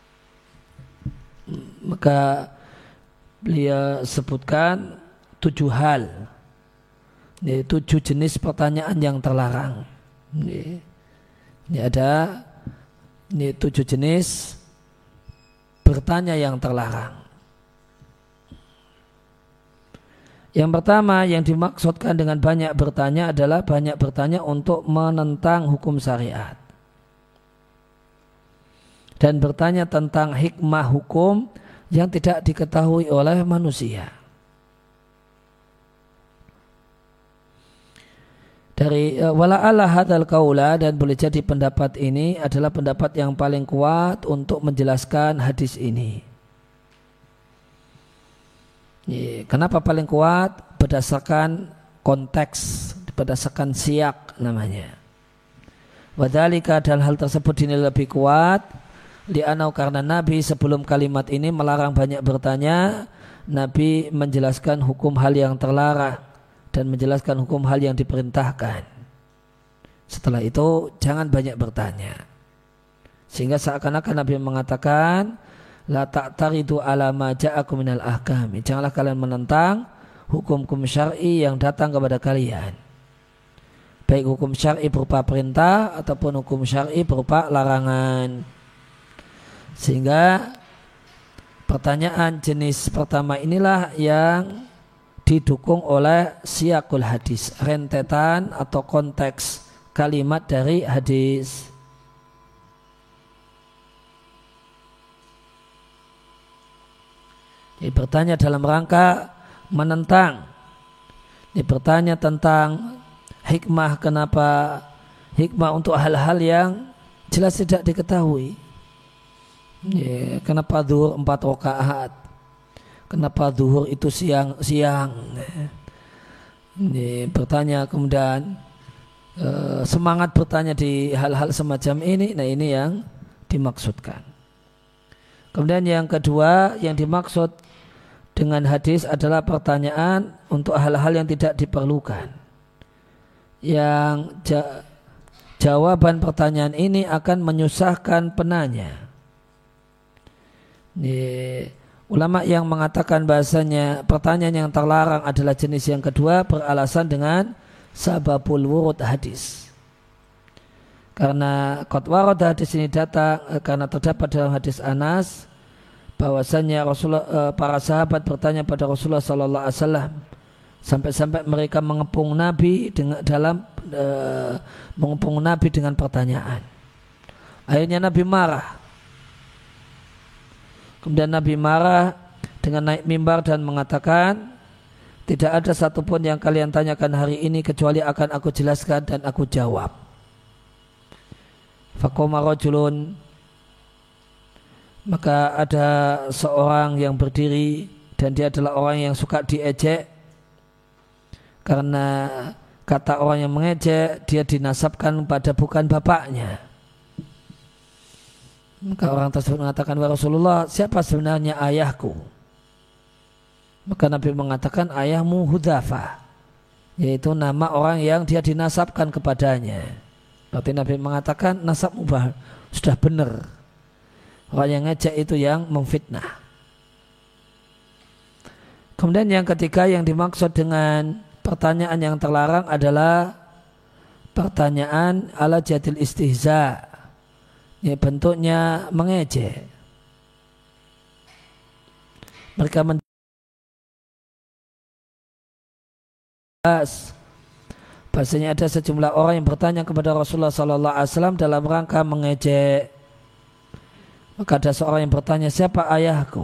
Speaker 1: Maka beliau sebutkan tujuh hal, ini tujuh jenis pertanyaan yang terlarang. Ini, ini ada ini tujuh jenis bertanya yang terlarang. Yang pertama yang dimaksudkan dengan banyak bertanya adalah banyak bertanya untuk menentang hukum syariat dan bertanya tentang hikmah hukum yang tidak diketahui oleh manusia. Dari wala'ala hadzal qaula, dan boleh jadi pendapat ini adalah pendapat yang paling kuat untuk menjelaskan hadis ini. Kenapa paling kuat? Berdasarkan konteks, berdasarkan siyak namanya. Wadzalika, dan hal tersebut ini lebih kuat li'anau, karena Nabi sebelum kalimat ini melarang banyak bertanya, Nabi menjelaskan hukum hal yang terlarang dan menjelaskan hukum hal yang diperintahkan. Setelah itu jangan banyak bertanya, sehingga seakan-akan Nabi mengatakan la ta'taridu ala ma ja'akum minal ahkam, janganlah kalian menentang hukum-hukum syar'i yang datang kepada kalian, baik hukum syar'i berupa perintah ataupun hukum syar'i berupa larangan. Sehingga pertanyaan jenis pertama inilah yang didukung oleh siyakul hadis, rentetan atau konteks kalimat dari hadis. Ini bertanya dalam rangka menentang. Ini bertanya tentang hikmah, kenapa hikmah untuk hal-hal yang jelas tidak diketahui. Ya, kenapa zuhur empat rakaat? Kenapa zuhur itu siang-siang? Ini bertanya kemudian eh, semangat bertanya di hal-hal semacam ini. Nah, ini yang dimaksudkan. Kemudian yang kedua yang dimaksud dengan hadis adalah pertanyaan untuk hal-hal yang tidak diperlukan. Yang ja- jawaban pertanyaan ini akan menyusahkan penanya. Ini, ulama yang mengatakan bahasanya pertanyaan yang terlarang adalah jenis yang kedua beralasan dengan sababul wurud hadis. Karena qad warada hadis ini datang karena terdapat dalam hadis Anas bahwasanya Rasulullah, para sahabat bertanya pada Rasulullah sallallahu alaihi wasallam sampai-sampai mereka mengepung Nabi dengan dalam uh, mengepung Nabi dengan pertanyaan. Akhirnya Nabi marah. Kemudian Nabi marah dengan naik mimbar dan mengatakan, tidak ada satupun yang kalian tanyakan hari ini kecuali akan aku jelaskan dan aku jawab. Faqama rajulun, maka ada seorang yang berdiri dan dia adalah orang yang suka diejek, karena kata orang yang mengejek dia dinasabkan pada bukan bapaknya. Maka orang tersebut mengatakan, wahai Rasulullah, siapa sebenarnya ayahku? Maka Nabi mengatakan, ayahmu Hudzafah, yaitu nama orang yang dia dinasabkan kepadanya. Berarti Nabi mengatakan nasabmu sudah benar. Orang yang ngejek itu yang memfitnah. Kemudian yang ketiga yang dimaksud dengan pertanyaan yang terlarang adalah pertanyaan ala jadil istihza, ya, bentuknya mengejek. Mereka membahas bahasanya ada sejumlah orang yang bertanya kepada Rasulullah sallallahu alaihi wasallam dalam rangka mengejek. Maka ada seorang yang bertanya, siapa ayahku?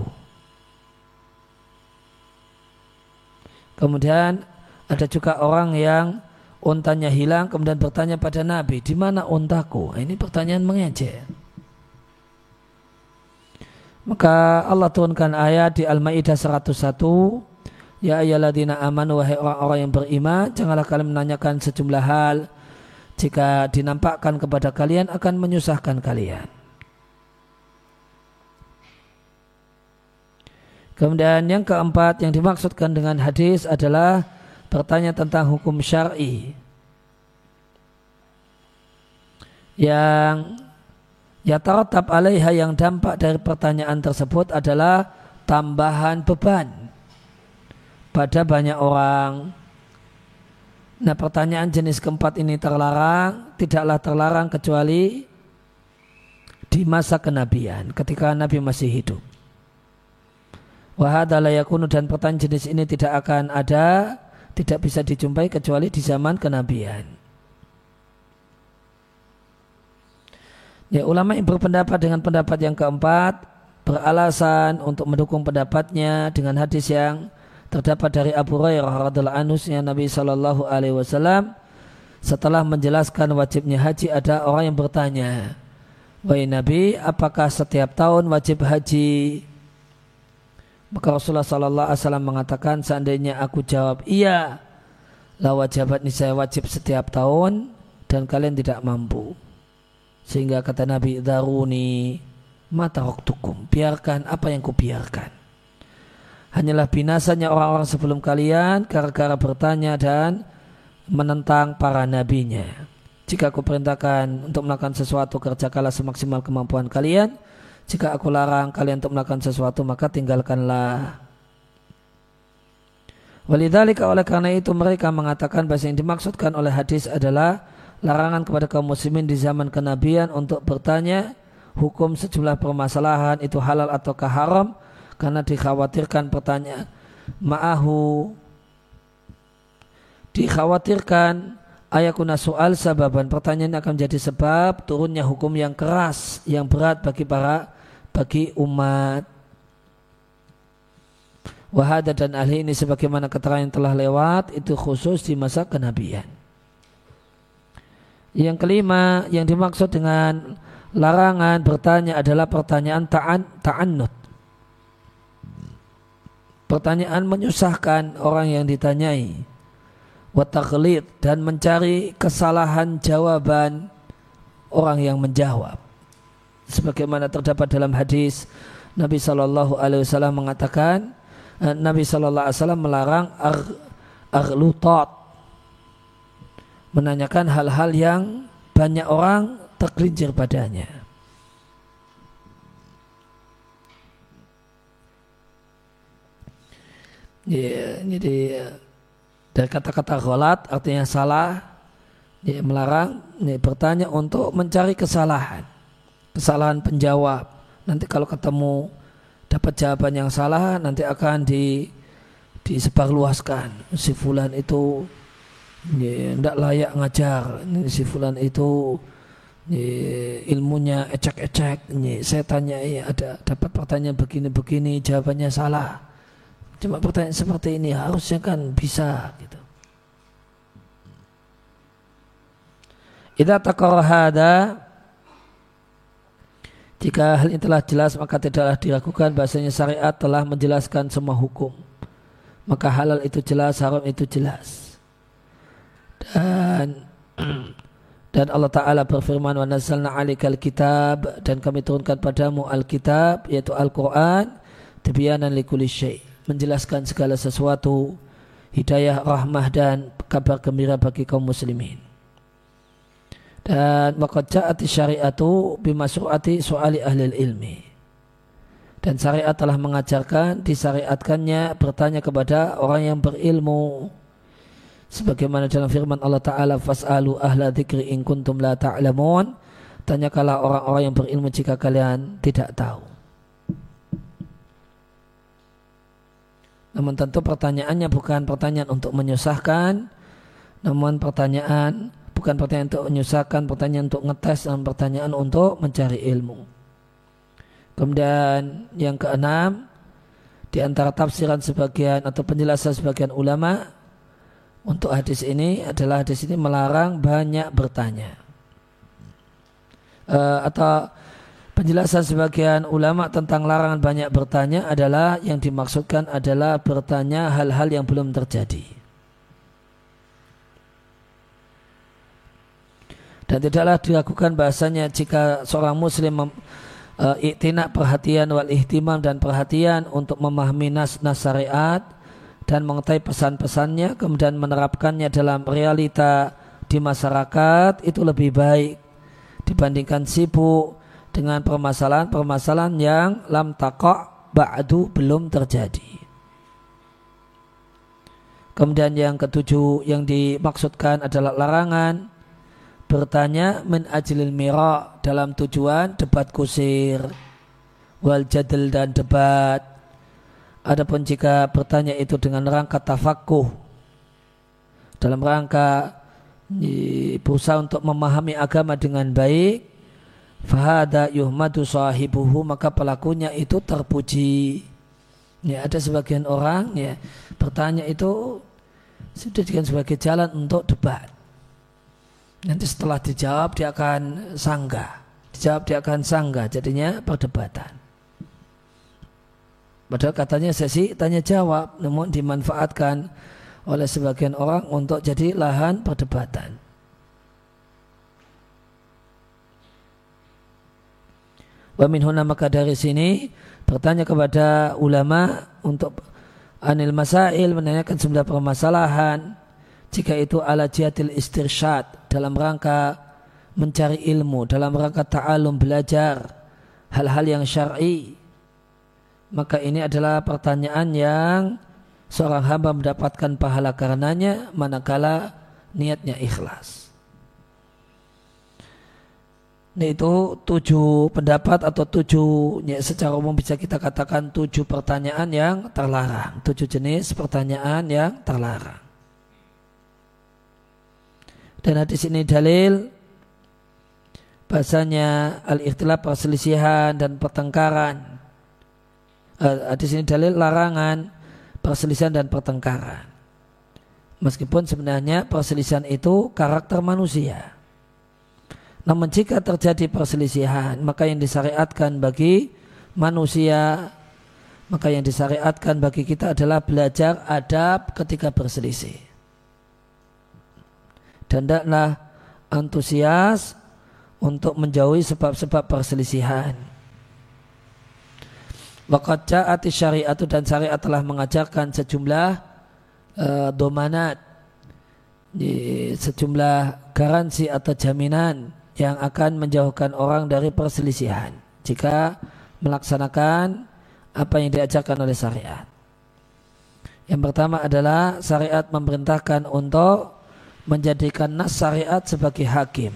Speaker 1: Kemudian ada juga orang yang untanya hilang kemudian bertanya pada Nabi, di mana untaku? Ini pertanyaan mengejek. Maka Allah turunkan ayat di Al-Maidah seratus satu, ya ayyuhalladzina amanu, wahai orang-orang yang beriman, janganlah kalian menanyakan sejumlah hal, jika dinampakkan kepada kalian akan menyusahkan kalian. Kemudian yang keempat yang dimaksudkan dengan hadis adalah bertanya tentang hukum syar'i yang ya taratab alaiha, yang dampak dari pertanyaan tersebut adalah tambahan beban pada banyak orang. Nah, pertanyaan jenis keempat ini terlarang, tidaklah terlarang kecuali di masa kenabian, ketika Nabi masih hidup. Wa hadza la yakunu, dan pertanyaan jenis ini tidak akan ada, tidak bisa dijumpai kecuali di zaman kenabian. Ya, ulama yang berpendapat dengan pendapat yang keempat beralasan untuk mendukung pendapatnya dengan hadis yang terdapat dari Abu Hurairah radhiyallahu anhu, Nabi sallallahu alaihi wasallam setelah menjelaskan wajibnya haji, ada orang yang bertanya, wahai Nabi, apakah setiap tahun wajib haji? Maka Rasulullah sallallahu alaihi wasallam mengatakan, seandainya aku jawab iya, la wajibat niscaya wajib setiap tahun dan kalian tidak mampu. Sehingga kata Nabi, daruni ma taraktukum, biarkan apa yang kubiarkan. Hanyalah binasanya orang-orang sebelum kalian gara-gara bertanya dan menentang para nabinya. Jika aku perintahkan untuk melakukan sesuatu, kerjakanlah semaksimal kemampuan kalian. Jika aku larang kalian untuk melakukan sesuatu, maka tinggalkanlah. Walidzalika, oleh karena itu mereka mengatakan bahwa yang dimaksudkan oleh hadis adalah larangan kepada kaum muslimin di zaman kenabian untuk bertanya hukum sejumlah permasalahan itu halal ataukah haram, karena dikhawatirkan pertanyaan ma'ahu, dikhawatirkan ayakuna soal sababan, pertanyaan akan menjadi sebab turunnya hukum yang keras, yang berat bagi para bagi umat. Wahada, dan ahli ini sebagaimana keterangan yang telah lewat itu khusus di masa kenabian. Yang kelima yang dimaksud dengan larangan bertanya adalah pertanyaan ta'an, ta'annut, pertanyaan menyusahkan orang yang ditanyai, wa taghlid, dan mencari kesalahan jawaban orang yang menjawab. Sebagaimana terdapat dalam hadis, Nabi shallallahu alaihi wasallam mengatakan, Nabi shallallahu alaihi wasallam melarang aghlutat, menanyakan hal-hal yang banyak orang tergelincir padanya. Ya, jadi dari kata-kata ghalat artinya salah, ya, melarang, ya, bertanya untuk mencari kesalahan, kesalahan penjawab. Nanti kalau ketemu dapat jawaban yang salah, nanti akan di disebarluaskan. Si fulan itu tidak layak ngajar, si fulan itu ya, ilmunya ecek-ecek. Ya, saya tanya, ya, ada dapat pertanyaan begini-begini, jawabannya salah. Cuma pertanyaan seperti ini harusnya kan bisa gitu. Idza taqarra hada, jika hal ini telah jelas maka tidaklah diragukan bahasanya syariat telah menjelaskan semua hukum. Maka halal itu jelas, haram itu jelas. Dan dan Allah Ta'ala berfirman, wa nazzalna 'alaikal kitab, dan kami turunkan padamu al-kitab, yaitu Al-Quran, tibyanan likulli syai', menjelaskan segala sesuatu, hidayah, rahmah, dan kabar gembira bagi kaum muslimin. Dan waqad ja'ati syari'atu bimasru'ati su'ali ahli ilmi, dan syariat telah mengajarkan, disyariatkannya bertanya kepada orang yang berilmu, sebagaimana dalam firman Allah Ta'ala, fas'alu ahla dzikri in kuntum la ta'lamun, tanyakanlah orang-orang yang berilmu jika kalian tidak tahu. Namun tentu pertanyaannya bukan pertanyaan untuk menyusahkan, namun pertanyaan bukan pertanyaan untuk menyusahkan, pertanyaan untuk ngetes, dan pertanyaan untuk mencari ilmu. Kemudian yang keenam, di antara tafsiran sebagian atau penjelasan sebagian ulama untuk hadis ini adalah hadis ini melarang banyak bertanya, e, atau Penjelasan sebagian ulama tentang larangan banyak bertanya adalah yang dimaksudkan adalah bertanya hal-hal yang belum terjadi. Dan tidaklah dilakukan bahasanya jika seorang muslim mem- uh, iktina perhatian wal ihtimam dan perhatian untuk memahami nas-nas syariat dan mengetahui pesan-pesannya kemudian menerapkannya dalam realita di masyarakat itu lebih baik dibandingkan sibuk dengan permasalahan-permasalahan yang lam taqa' ba'du belum terjadi. Kemudian yang ketujuh yang dimaksudkan adalah larangan bertanya min ajlil mira dalam tujuan debat kusir wal jadal dan debat. Adapun jika bertanya itu dengan rangka tafaqquh dalam rangka berusaha untuk memahami agama dengan baik, fahada yuhmadu sahibuhu maka pelakunya itu terpuji. Ya, ada sebagian orang ya bertanya itu sudah dijadikan sebagai jalan untuk debat. Nanti setelah dijawab dia akan sanggah, dijawab dia akan sanggah, jadinya perdebatan. Padahal katanya sesi tanya jawab, namun dimanfaatkan oleh sebagian orang untuk jadi lahan perdebatan. Wa min huna maka dari sini bertanya kepada ulama untuk anil masail menanyakan sebuah permasalahan jika itu ala jihatil istirsyad dalam rangka mencari ilmu, dalam rangka ta'alum belajar hal-hal yang syar'i, maka ini adalah pertanyaan yang seorang hamba mendapatkan pahala karenanya manakala niatnya ikhlas. Ini itu tujuh pendapat atau tujuh ya, secara umum bisa kita katakan tujuh pertanyaan yang terlarang, tujuh jenis pertanyaan yang terlarang. Dan hadis ini dalil bahasanya al-ikhtilaf perselisihan dan pertengkaran. Hadis ini dalil larangan perselisihan dan pertengkaran. Meskipun sebenarnya perselisihan itu karakter manusia. Namun jika terjadi perselisihan, maka yang disyariatkan bagi manusia, maka yang disyariatkan bagi kita adalah belajar adab ketika berselisih. Dan hendaklah antusias untuk menjauhi sebab-sebab perselisihan. Waqad ja'ati syariatu dan syariat telah mengajarkan sejumlah uh, domanat, sejumlah garansi atau jaminan yang akan menjauhkan orang dari perselisihan jika melaksanakan apa yang diajarkan oleh syariat. Yang pertama adalah syariat memerintahkan untuk menjadikan nas syariat sebagai hakim.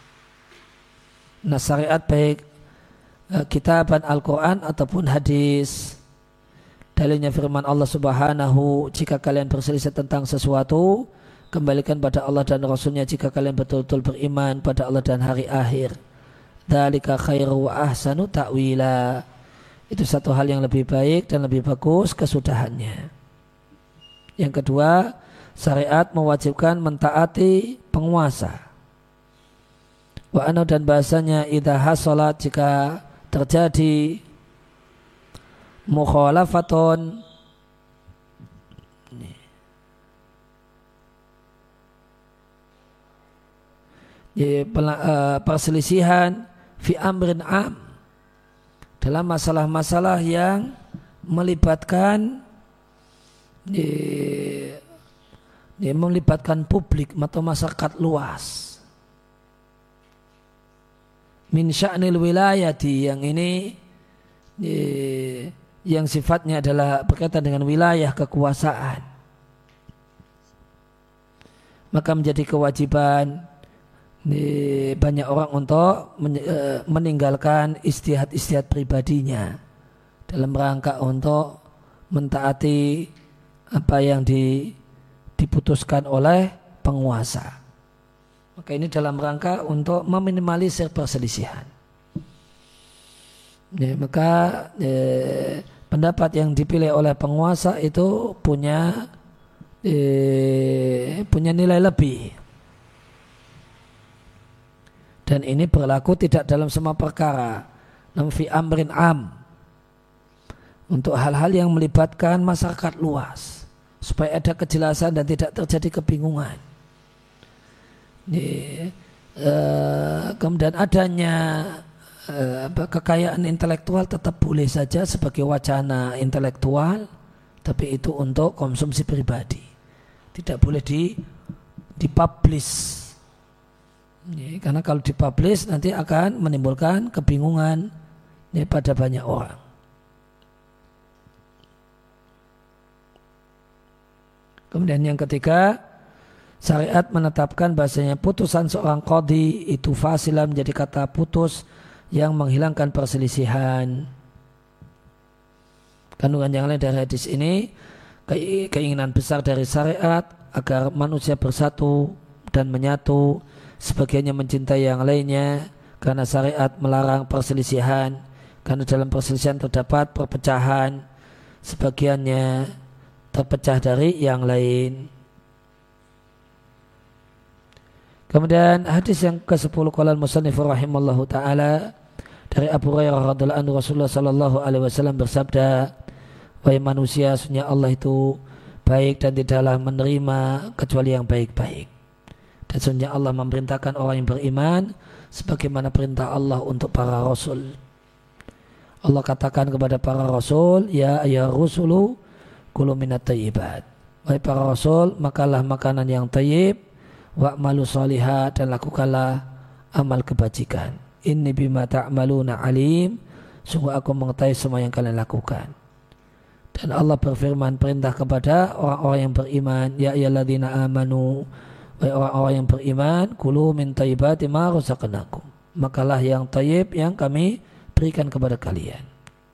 Speaker 1: Nas syariat baik kitaban Al-Quran ataupun hadis. Dalilnya firman Allah Subhanahu, jika kalian berselisih tentang sesuatu, kembalikan pada Allah dan Rasulnya jika kalian betul-betul beriman pada Allah dan hari akhir. Dzalika khairu wa ahsanu ta'wila. Itu satu hal yang lebih baik dan lebih bagus kesudahannya. Yang kedua, syariat mewajibkan mentaati penguasa. Wa anu dan bahasanya idza hasalat jika terjadi mukhalafatun perselisihan fi amrin am dalam masalah-masalah yang melibatkan yang melibatkan publik atau masyarakat luas. Min sya'nil wilayati yang ini yang sifatnya adalah berkaitan dengan wilayah kekuasaan. Maka menjadi kewajiban banyak orang untuk meninggalkan istihad-istihad pribadinya dalam rangka untuk mentaati apa yang di, diputuskan oleh penguasa. Maka ini dalam rangka untuk meminimalisir perselisihan. Ya, maka eh, pendapat yang dipilih oleh penguasa itu punya eh, punya nilai lebih. Dan ini berlaku tidak dalam semua perkara, Namun fi amrin am, untuk hal-hal yang melibatkan masyarakat luas, supaya ada kejelasan dan tidak terjadi kebingungan. Ini, uh, kemudian adanya uh, kekayaan intelektual tetap boleh saja sebagai wacana intelektual, tapi itu untuk konsumsi pribadi, tidak boleh di dipublish. Ya, karena kalau dipublish nanti akan menimbulkan kebingungan ya, pada banyak orang. Kemudian yang ketiga, syariat menetapkan bahasanya putusan seorang qadhi itu fasilah, menjadi kata putus yang menghilangkan perselisihan. Kandungan yang lain dari hadis ini, keinginan besar dari syariat agar manusia bersatu dan menyatu, sebagiannya mencintai yang lainnya, karena syariat melarang perselisihan, karena dalam perselisihan terdapat perpecahan, sebagiannya terpecah dari yang lain. Kemudian hadis yang kesepuluh, qala al-musannif rahimallahu taala, dari Abu Hurairah radhiyallahu anhu, Rasulullah sallallahu alaihi wasallam bersabda, wahai manusia, sesungguhnya Allah itu baik dan tidaklah menerima kecuali yang baik-baik. Dan sesungguhnya Allah memerintahkan orang yang beriman sebagaimana perintah Allah untuk para rasul. Allah katakan kepada para rasul, ya ayyuhar rusulu kulu minat thayyibat. Wahai para rasul, makanlah makanan yang thayyib, wa'malu shalihat, dan lakukanlah amal kebajikan. Inni bima ta'maluna alim, sungguh aku mengetahui semua yang kalian lakukan. Dan Allah berfirman perintah kepada orang-orang yang beriman, ya ayyuhalladzina amanu, wahai orang-orang yang beriman, kulu min thayyibati ma razaqnakum, makalah yang thayyib yang kami berikan kepada kalian.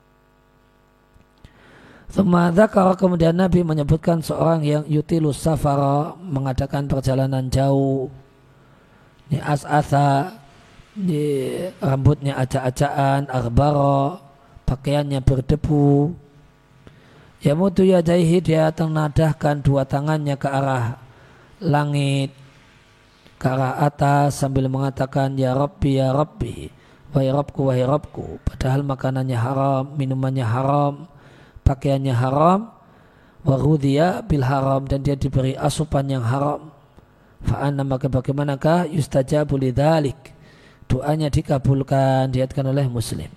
Speaker 1: Tsumma dzakara, kemudian Nabi menyebutkan seorang yang yutilus safara, mengadakan perjalanan jauh, ini as'atha, ini rambutnya acak-acakan, arbara, pakaiannya berdebu, yamutu yadaihi, dia tenadahkan dua tangannya ke arah langit, ke arah atas, sambil mengatakan ya Rabbi ya Rabbi, wahai Rabbku wahai Rabbku, padahal makanannya haram, minumannya haram, pakaiannya haram, warudhiya bil haram, dan dia diberi asupan yang haram. Fa'anna, maka bagaimanakah yustajabu lidzalik, doanya dikabulkan, diatkan oleh Muslim.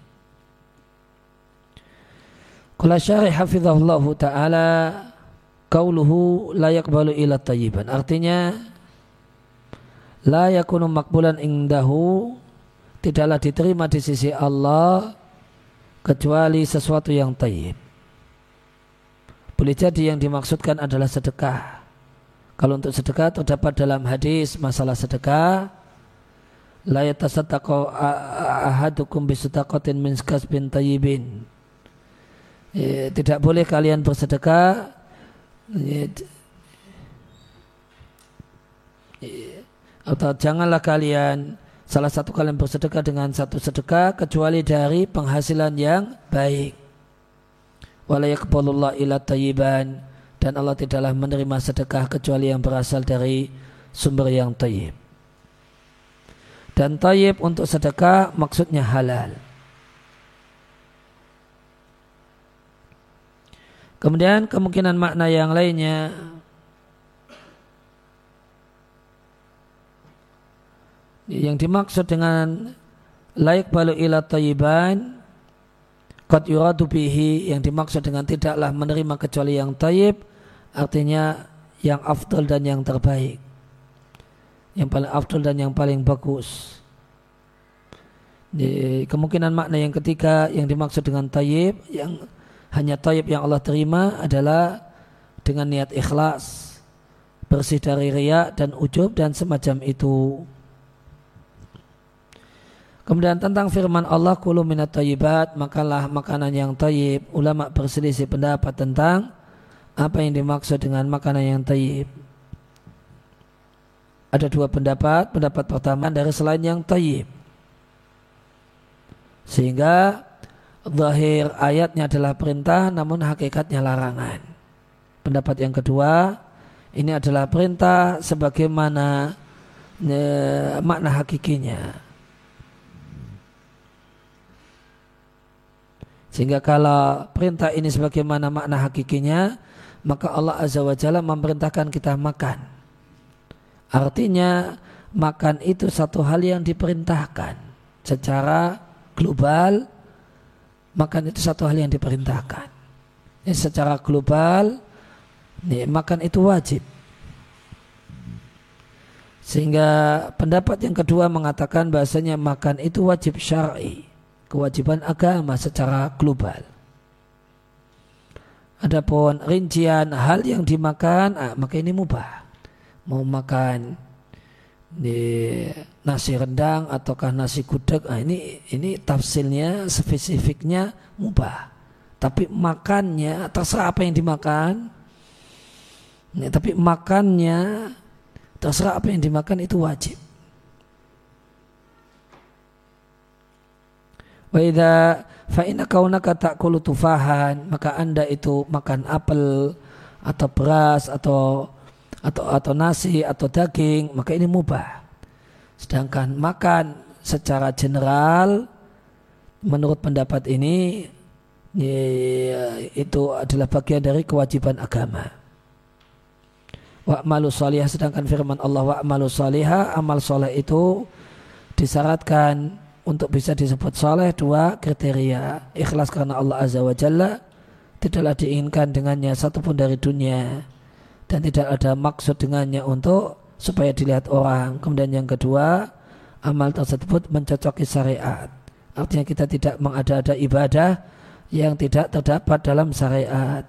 Speaker 1: Qala syarih hafizahullahu ta'ala, qauluhu la yaqbalu illa thayyiban, artinya la yakunu makbulan indahu, tidaklah diterima di sisi Allah kecuali sesuatu yang thayyib. Boleh jadi yang dimaksudkan adalah sedekah. Kalau untuk sedekah terdapat dalam hadis masalah sedekah, la yatasaddaqu ahadukum bisadaqatin min kasbin thayyibin, tidak boleh kalian bersedekah atau janganlah kalian salah satu kalian bersedekah dengan satu sedekah kecuali dari penghasilan yang baik. Wala yaqbalullahu illa thayyiban, dan Allah tidaklah menerima sedekah kecuali yang berasal dari sumber yang thayyib. Dan thayyib untuk sedekah maksudnya halal. Kemudian kemungkinan makna yang lainnya, yang dimaksud dengan la yaqbalu illa thayyiban, qad yuradu bihi, yang dimaksud dengan tidaklah menerima kecuali yang thayyib, artinya yang afdal dan yang terbaik, yang paling afdal dan yang paling bagus. Di kemungkinan makna yang ketiga, yang dimaksud dengan thayyib, yang hanya thayyib yang Allah terima adalah dengan niat ikhlas, bersih dari riya dan ujub dan semacam itu. Kemudian tentang firman Allah kulu minat thayyibat, makanlah makanan yang thayyib, ulama berselisih pendapat tentang apa yang dimaksud dengan makanan yang thayyib. Ada dua pendapat. Pendapat pertama dari selain yang thayyib, sehingga zahir ayatnya adalah perintah namun hakikatnya larangan. Pendapat yang kedua, ini adalah perintah sebagaimana e, makna hakikinya. Sehingga kalau perintah ini sebagaimana makna hakikinya, maka Allah Azza wa Jalla memerintahkan kita makan. Artinya makan itu satu hal yang diperintahkan secara global. Makan itu satu hal yang diperintahkan. Ini secara global, nih, makan itu wajib. Sehingga pendapat yang kedua mengatakan bahasanya makan itu wajib syar'i, kewajiban agama secara global. Adapun rincian hal yang dimakan, ah, maka ini mubah. Mau makan di nasi rendang ataukah nasi gudeg, ah, ini ini tafsilnya, spesifiknya mubah. Tapi makannya terserah apa yang dimakan. Ini, tapi makannya terserah apa yang dimakan itu wajib. Wa idza fa inna kaunaka ta'kulu tufahan, maka Anda itu makan apel atau beras atau atau atau nasi atau daging, maka ini mubah. Sedangkan makan secara general menurut pendapat ini ya, itu adalah bagian dari kewajiban agama. Wa'malu sholihah, sedangkan firman Allah wa'malu sholihah, amal soleh itu disyaratkan untuk bisa disebut soleh dua kriteria. Ikhlas karena Allah Azza wa Jalla, tidaklah diinginkan dengannya satupun dari dunia, dan tidak ada maksud dengannya untuk supaya dilihat orang. Kemudian yang kedua, amal tersebut mencocoki syariat. Artinya kita tidak mengada-ada ibadah yang tidak terdapat dalam syariat.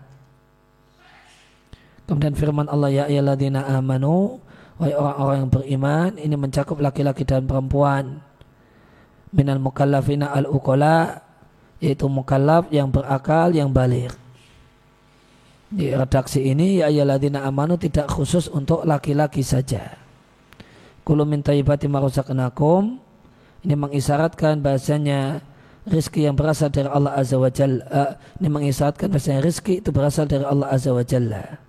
Speaker 1: Kemudian firman Allah, ya ayyuhalladzina amanu, wahai orang-orang yang beriman, ini mencakup laki-laki dan perempuan. Minal mukallafina al-uqala, yaitu mukallaf yang berakal, yang baligh. Di redaksi ini, ya ayyuhalladzina amanu tidak khusus untuk laki-laki saja. Kulu min thayyibati ma razaqnakum, ini mengisyaratkan bahasanya rizki yang berasal dari Allah Azza wa Jalla. Uh, ini mengisyaratkan bahasanya rizki itu berasal dari Allah Azza wa Jalla.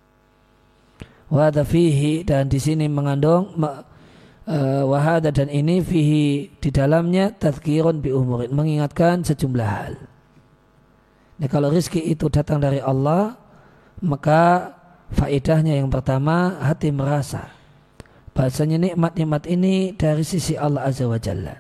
Speaker 1: Wahada fihi, dan di sini mengandung uh, wahada, dan ini fihi, di dalamnya tadzkirun bi umurin, mengingatkan sejumlah hal. Nah, kalau rizki itu datang dari Allah, maka faedahnya yang pertama, hati merasa bahasanya nikmat-nikmat ini dari sisi Allah Azza wa Jalla.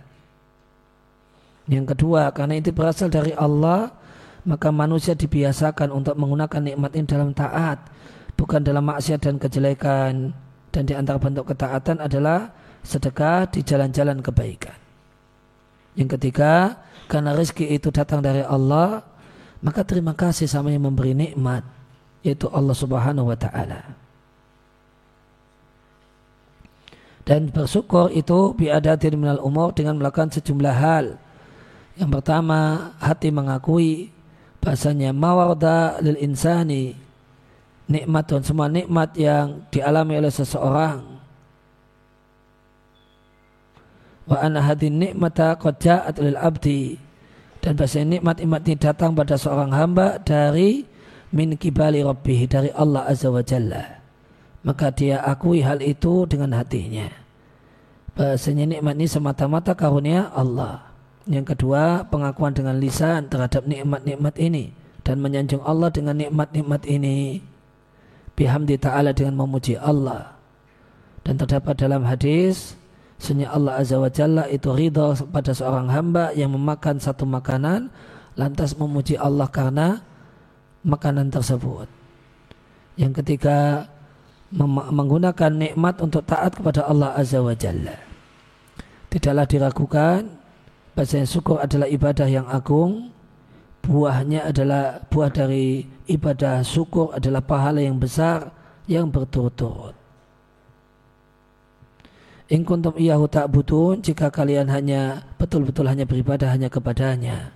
Speaker 1: Yang kedua, karena itu berasal dari Allah, maka manusia dibiasakan untuk menggunakan nikmat ini dalam taat, bukan dalam maksiat dan kejelekan. Dan di antara bentuk ketaatan adalah sedekah di jalan-jalan kebaikan. Yang ketiga, karena rezeki itu datang dari Allah, maka terima kasih sama yang memberi nikmat, yaitu Allah Subhanahu wa Ta'ala. Dan bersyukur itu biadatin minal umur, dengan melakukan sejumlah hal. Yang pertama, hati mengakui bahasanya mawarda lil insani, nikmat dan semua nikmat yang dialami oleh seseorang, wa anna hadhin nikmata qad ja'at lil abdi, dan bahasanya nikmat-nikmat ini datang pada seorang hamba dari min kibali rabbih, dari Allah Azza wa Jalla. Maka dia akui hal itu dengan hatinya, bahasanya nikmat ini semata-mata karunia Allah. Yang kedua, pengakuan dengan lisan terhadap nikmat-nikmat ini, dan menyanjung Allah dengan nikmat-nikmat ini bihamdi ta'ala, dengan memuji Allah. Dan terdapat dalam hadis, sesungguhnya Allah Azza wa Jalla itu ridha pada seorang hamba yang memakan satu makanan lantas memuji Allah karena makanan tersebut. Yang ketiga, mem- menggunakan nikmat untuk taat kepada Allah Azza wa Jalla. Tidaklah diragukan bahasanya syukur adalah ibadah yang agung. Buahnya adalah, buah dari ibadah syukur adalah pahala yang besar yang berturut-turut. In kuntum iyyahu ta'budun, jika kalian hanya betul-betul hanya beribadah hanya kepadanya.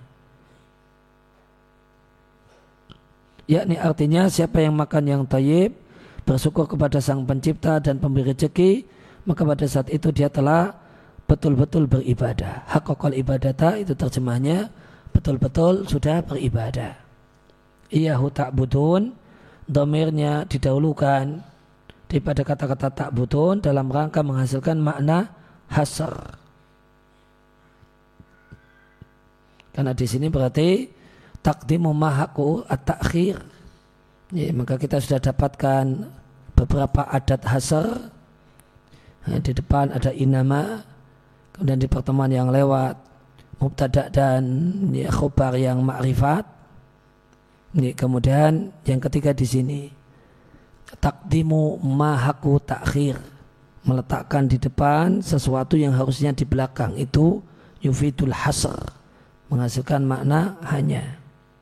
Speaker 1: Yakni artinya siapa yang makan yang thayyib, bersyukur kepada Sang Pencipta dan Pemberi rezeki, maka pada saat itu dia telah betul-betul beribadah. Haqqaqal ibadata, itu terjemahnya betul-betul sudah beribadah. Iyyahu ta'budun, dhamirnya didahulukan daripada kata-kata ta'budun dalam rangka menghasilkan makna hasr. Karena di sini berarti taqdimu mahaku at-ta'khir. Ya, maka kita sudah dapatkan beberapa adat hasr. Ya, di depan ada inama, kemudian di pertemuan yang lewat mubtada dan ya, khobar yang ma'rifat. Ya, kemudian yang ketiga di sini taqdimu mahaku ta'khir, meletakkan di depan sesuatu yang harusnya di belakang. Itu yufidul hasr, menghasilkan makna hanya.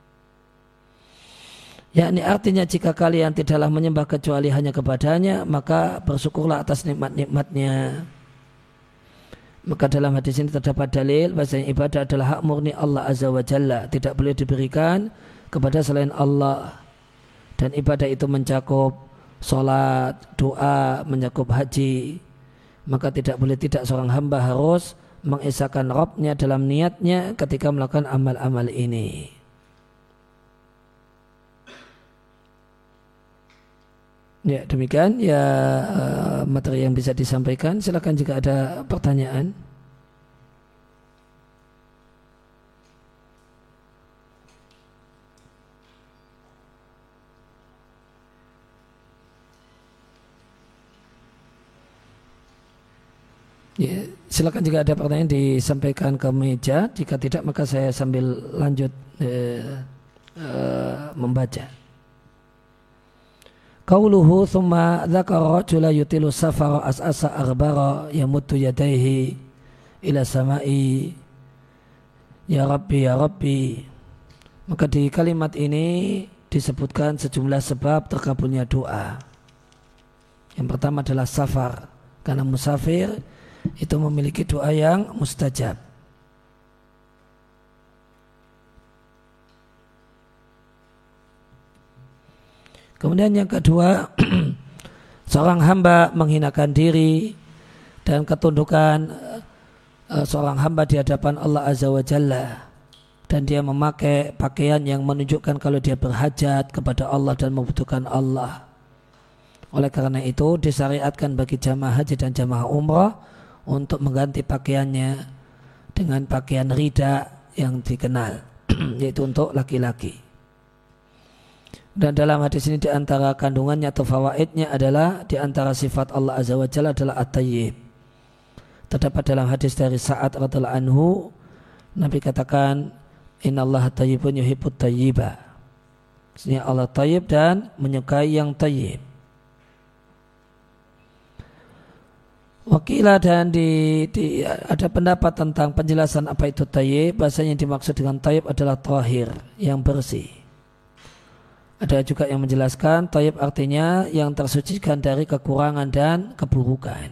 Speaker 1: Yakni artinya jika kalian tidaklah menyembah kecuali hanya kepadanya, maka bersyukurlah atas nikmat-nikmatnya. Maka dalam hadis ini terdapat dalil bahwasanya ibadah adalah hak murni Allah Azza wa Jalla, tidak boleh diberikan kepada selain Allah. Dan ibadah itu mencakup salat, doa, mencakup haji. Maka tidak boleh tidak seorang hamba harus mengesahkan Rabbnya dalam niatnya ketika melakukan amal-amal ini. Ya, demikian ya uh, materi yang bisa disampaikan. Silakan jika ada pertanyaan. Ya, silakan jika ada pertanyaan disampaikan ke meja. Jika tidak maka saya sambil lanjut uh, uh, membaca. Qauluhu thumma dzakara rajula yutilu safara as'asa aghbara yamuddu yadayhi ila samai ya rabbi ya rabbi. Maka di kalimat ini disebutkan sejumlah sebab terkabulnya doa. Yang pertama adalah safar, karena musafir itu memiliki doa yang mustajab. Kemudian yang kedua, seorang hamba menghinakan diri dan ketundukan uh, seorang hamba di hadapan Allah Azza wa Jalla, dan dia memakai pakaian yang menunjukkan kalau dia berhajat kepada Allah dan membutuhkan Allah. Oleh karena itu disyariatkan bagi jamaah haji dan jamaah umrah untuk mengganti pakaiannya dengan pakaian rida yang dikenal, yaitu untuk laki-laki. Dan dalam hadis ini diantara kandungannya atau fawaidnya adalah diantara sifat Allah Azza wa Jalla adalah at-tayyib. Terdapat dalam hadis dari Sa'ad radhiyallahu anhu, Nabi katakan, innallaha tayyibun yuhibbut tayyiba. Maksudnya Allah tayyib dan menyukai yang tayyib. Wakilah dan di, di, ada pendapat tentang penjelasan apa itu tayyib. Bahasanya yang dimaksud dengan tayyib adalah tahir, yang bersih. Ada juga yang menjelaskan thayyib artinya yang tersucikan dari kekurangan dan keburukan.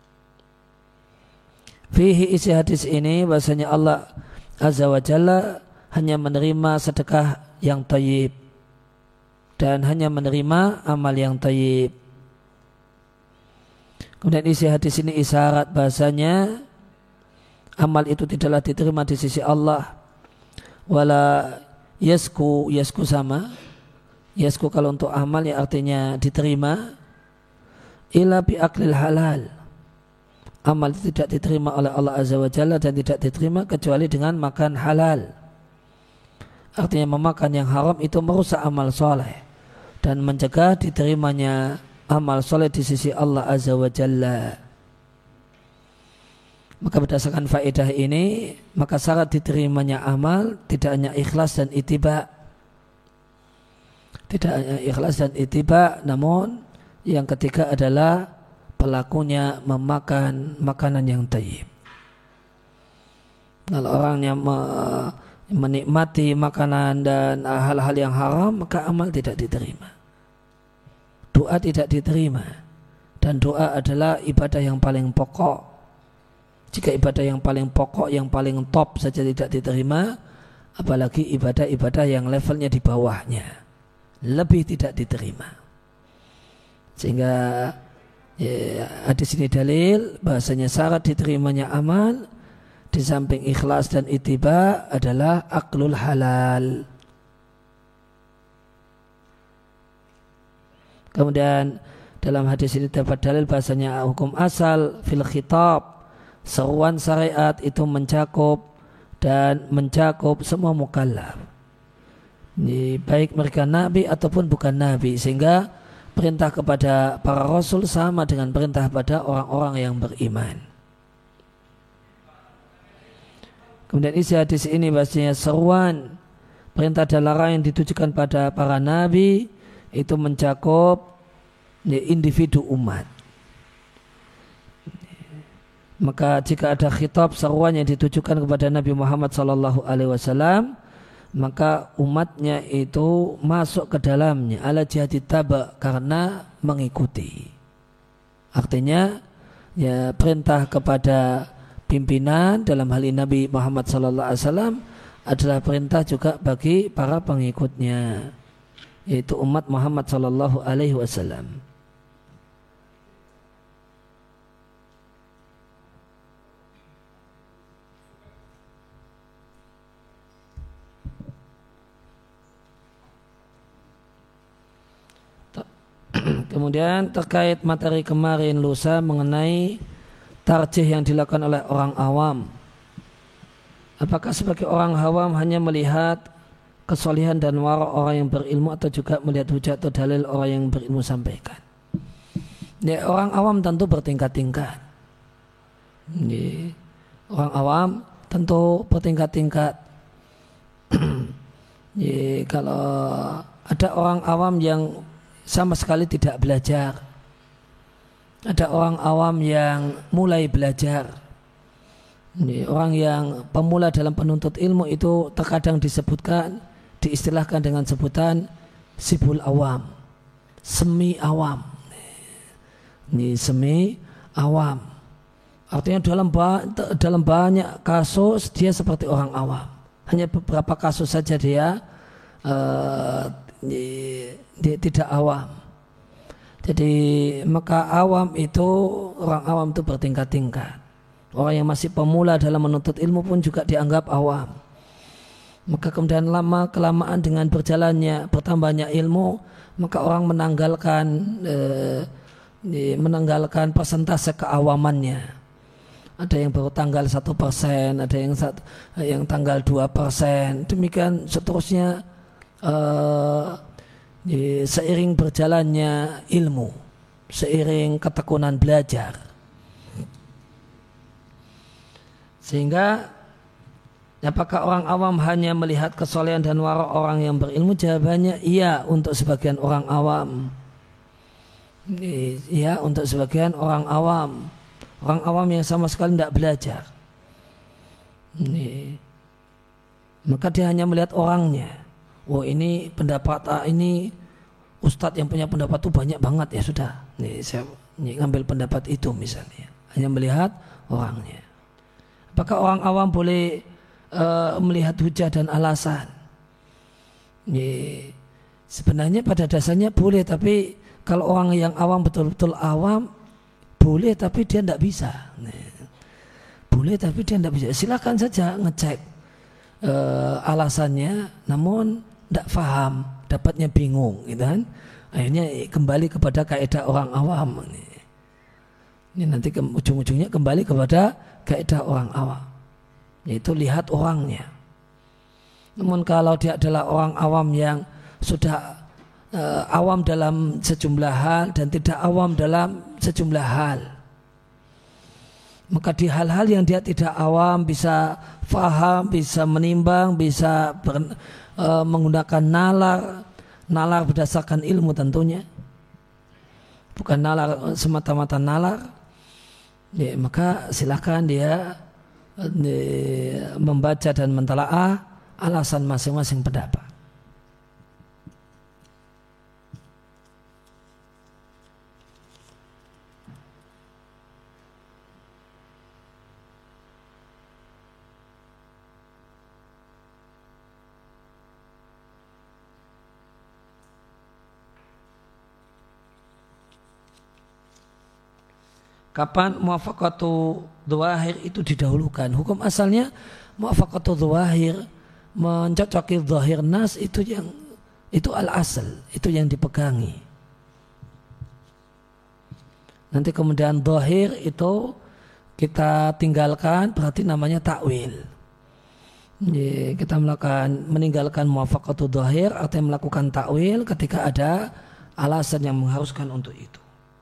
Speaker 1: Fihi isi hadis ini bahasanya Allah Azza wa Jalla hanya menerima sedekah yang thayyib dan hanya menerima amal yang thayyib. Kemudian isi hadis ini isyarat bahasanya amal itu tidaklah diterima di sisi Allah. Wala yasku, yasku sama. Yasku kalau untuk amal yang artinya diterima, illa biaklil halal. Amal itu tidak diterima oleh Allah Azza wa Jalla dan tidak diterima kecuali dengan makan halal. Artinya memakan yang haram itu merusak amal soleh dan mencegah diterimanya amal soleh di sisi Allah Azza wa Jalla. Maka berdasarkan faedah ini, maka syarat diterimanya amal tidak hanya ikhlas dan ittiba. Tidak hanya ikhlas dan ittiba, namun yang ketiga adalah pelakunya memakan makanan yang thayyib. Kalau orangnya menikmati makanan dan hal-hal yang haram, maka amal tidak diterima. Doa tidak diterima. Dan doa adalah ibadah yang paling pokok. Jika ibadah yang paling pokok, yang paling top saja tidak diterima, apalagi ibadah-ibadah yang levelnya di bawahnya lebih tidak diterima. Sehingga ya, hadis ini dalil bahasanya syarat diterimanya amal di samping ikhlas dan ittiba adalah aklul halal. Kemudian dalam hadis ini dapat dalil bahasanya hukum asal fil khitab, seruan syariat itu mencakup dan mencakup semua mukallaf. baik mereka nabi ataupun bukan nabi, sehingga perintah kepada para rasul sama dengan perintah pada orang-orang yang beriman. Kemudian isi hadis ini bahasanya seruan perintah dan larangan yang ditujukan pada para nabi itu mencakup individu umat. Maka jika ada khitab seruan yang ditujukan kepada Nabi Muhammad sallallahu alaihi wasallam, maka umatnya itu masuk ke dalamnya ala jihati taba, karena mengikuti. Artinya ya perintah kepada pimpinan dalam hal ini Nabi Muhammad sallallahu alaihi wasallam adalah perintah juga bagi para pengikutnya, yaitu umat Muhammad sallallahu alaihi wasallam. Kemudian terkait materi kemarin lusa mengenai tarjih yang dilakukan oleh orang awam. Apakah sebagai orang awam hanya melihat kesolehan dan wara orang yang berilmu, atau juga melihat hujah atau dalil orang yang berilmu sampaikan? Ya, orang awam tentu bertingkat-tingkat. Ya, orang awam tentu bertingkat-tingkat. Ya, kalau ada orang awam yang sama sekali tidak belajar, ada orang awam yang mulai belajar. Ini orang yang pemula dalam penuntut ilmu itu terkadang disebutkan, diistilahkan dengan sebutan sibul awam, semi awam. Ini semi awam, artinya dalam dalam banyak kasus dia seperti orang awam. Hanya beberapa kasus saja dia uh, dia tidak awam. Jadi maka awam itu, orang awam itu bertingkat-tingkat. Orang yang masih pemula dalam menuntut ilmu pun juga dianggap awam. Maka kemudian lama kelamaan dengan berjalannya bertambahnya ilmu, maka orang menanggalkan eh, menanggalkan persentase keawamannya. Ada yang baru tanggal satu persen, ada yang satu, yang tanggal dua persen, demikian seterusnya. Uh, seiring berjalannya ilmu, seiring ketekunan belajar, sehingga apakah orang awam hanya melihat kesolehan dan wara orang yang berilmu? Jawabannya iya, untuk sebagian orang awam. Iya, untuk sebagian orang awam, orang awam yang sama sekali tidak belajar. Ini, maka dia hanya melihat orangnya. Oh, ini pendapat ah, ini ustadz yang punya pendapat itu banyak banget, ya sudah. Nih saya nih, ngambil pendapat itu misalnya. Hanya melihat orangnya. Apakah orang awam boleh uh, melihat hujah dan alasan? Nih, sebenarnya pada dasarnya boleh, tapi kalau orang yang awam betul-betul awam boleh, tapi dia tidak bisa. Nih, boleh tapi dia tidak bisa. Silakan saja ngecek uh, alasannya, namun tidak faham, dapatnya bingung, gitu kan? Akhirnya kembali kepada kaidah orang awam. Ini, ini nanti ke, ujung-ujungnya kembali kepada kaidah orang awam, yaitu lihat orangnya. Namun kalau dia adalah orang awam yang sudah uh, awam dalam sejumlah hal dan tidak awam dalam sejumlah hal, maka di hal-hal yang dia tidak awam bisa faham, bisa menimbang, bisa ber, e, menggunakan nalar, nalar berdasarkan ilmu tentunya, bukan nalar semata-mata nalar, ya, maka silakan dia e, membaca dan mentalaah alasan masing-masing pendapat. Kapan muwafaqatu dzahir itu didahulukan? Hukum asalnya muwafaqatu dzahir, mencocoki zahir nas, itu yang itu al-asal, itu yang dipegangi. Nanti kemudian zahir itu kita tinggalkan, berarti namanya takwil. kita melakukan meninggalkan muwafaqatul dhahir, artinya melakukan takwil ketika ada alasan yang mengharuskan untuk itu.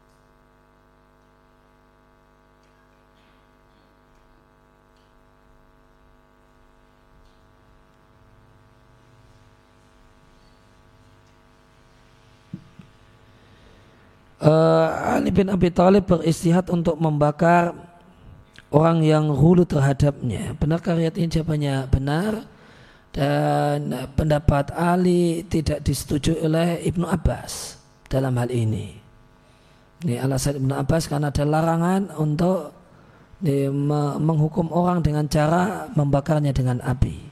Speaker 1: Uh, Ali bin Abi Thalib beristihad untuk membakar orang yang hulu terhadapnya. Benarkah riwayat ini? Jawabannya benar, dan pendapat Ali tidak disetujui oleh Ibnu Abbas dalam hal ini. Ini alasan Ibnu Abbas karena ada larangan untuk ini, me- menghukum orang dengan cara membakarnya dengan api.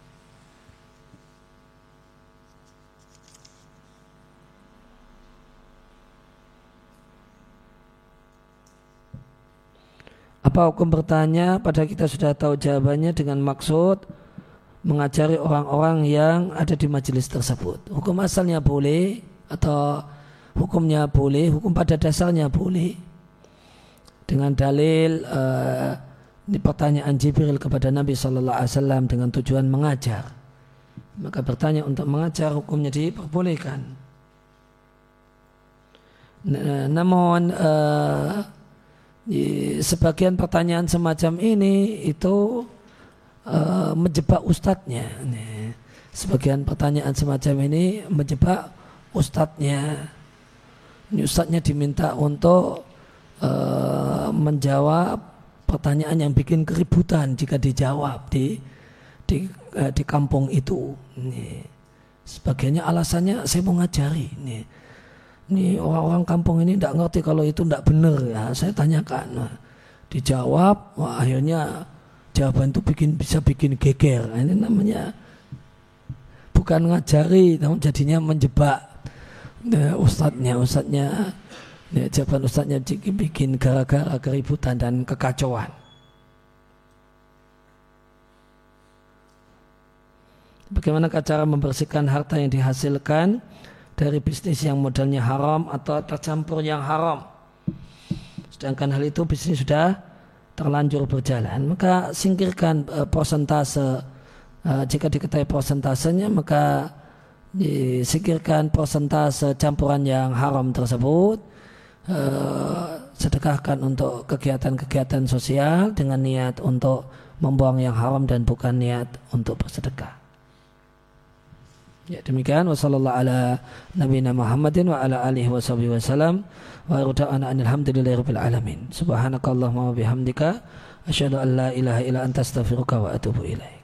Speaker 1: Apa hukum bertanya pada kita sudah tahu jawabannya dengan maksud mengajari orang-orang yang ada di majelis tersebut? Hukum asalnya boleh atau hukumnya boleh, hukum pada dasarnya boleh. Dengan dalil uh, ini pertanyaan Jibril kepada Nabi Sallallahu Alaihi Wasallam dengan tujuan mengajar. Maka bertanya untuk mengajar hukumnya diperbolehkan. N- namun uh, sebagian pertanyaan semacam ini itu uh, menjebak ustadznya. Sebagian pertanyaan semacam ini menjebak ustadznya. Ini ustadznya diminta untuk uh, menjawab pertanyaan yang bikin keributan jika dijawab di di, uh, di kampung itu. Nih. Sebagiannya alasannya saya mau ngajari. Nih. Ini orang-orang kampung ini tidak ngerti kalau itu tidak benar ya. Saya tanyakan, nah, dijawab, wah, akhirnya jawaban itu bikin bisa bikin geger. Nah, ini namanya bukan ngajari, namun jadinya menjebak nah, ustadznya, ustadznya, ya, jawaban ustadznya bikin gara-gara keributan dan kekacauan. Bagaimana cara membersihkan harta yang dihasilkan dari bisnis yang modalnya haram atau tercampur yang haram, sedangkan hal itu bisnis sudah terlanjur berjalan? Maka singkirkan uh, persentase, uh, jika diketahui persentasenya maka disingkirkan persentase campuran yang haram tersebut, uh, sedekahkan untuk kegiatan-kegiatan sosial dengan niat untuk membuang yang haram dan bukan niat untuk bersedekah. Ya, demikian wassallallahu ala nabiyina Muhammadin wa ala alihi wa sahbihi wasallam wa ruda'ana alhamdulillahirabbil alamin. Subhanakallahumma wa bihamdika asyhadu an la ilaha illa anta astaghfiruka wa atubu ilaik.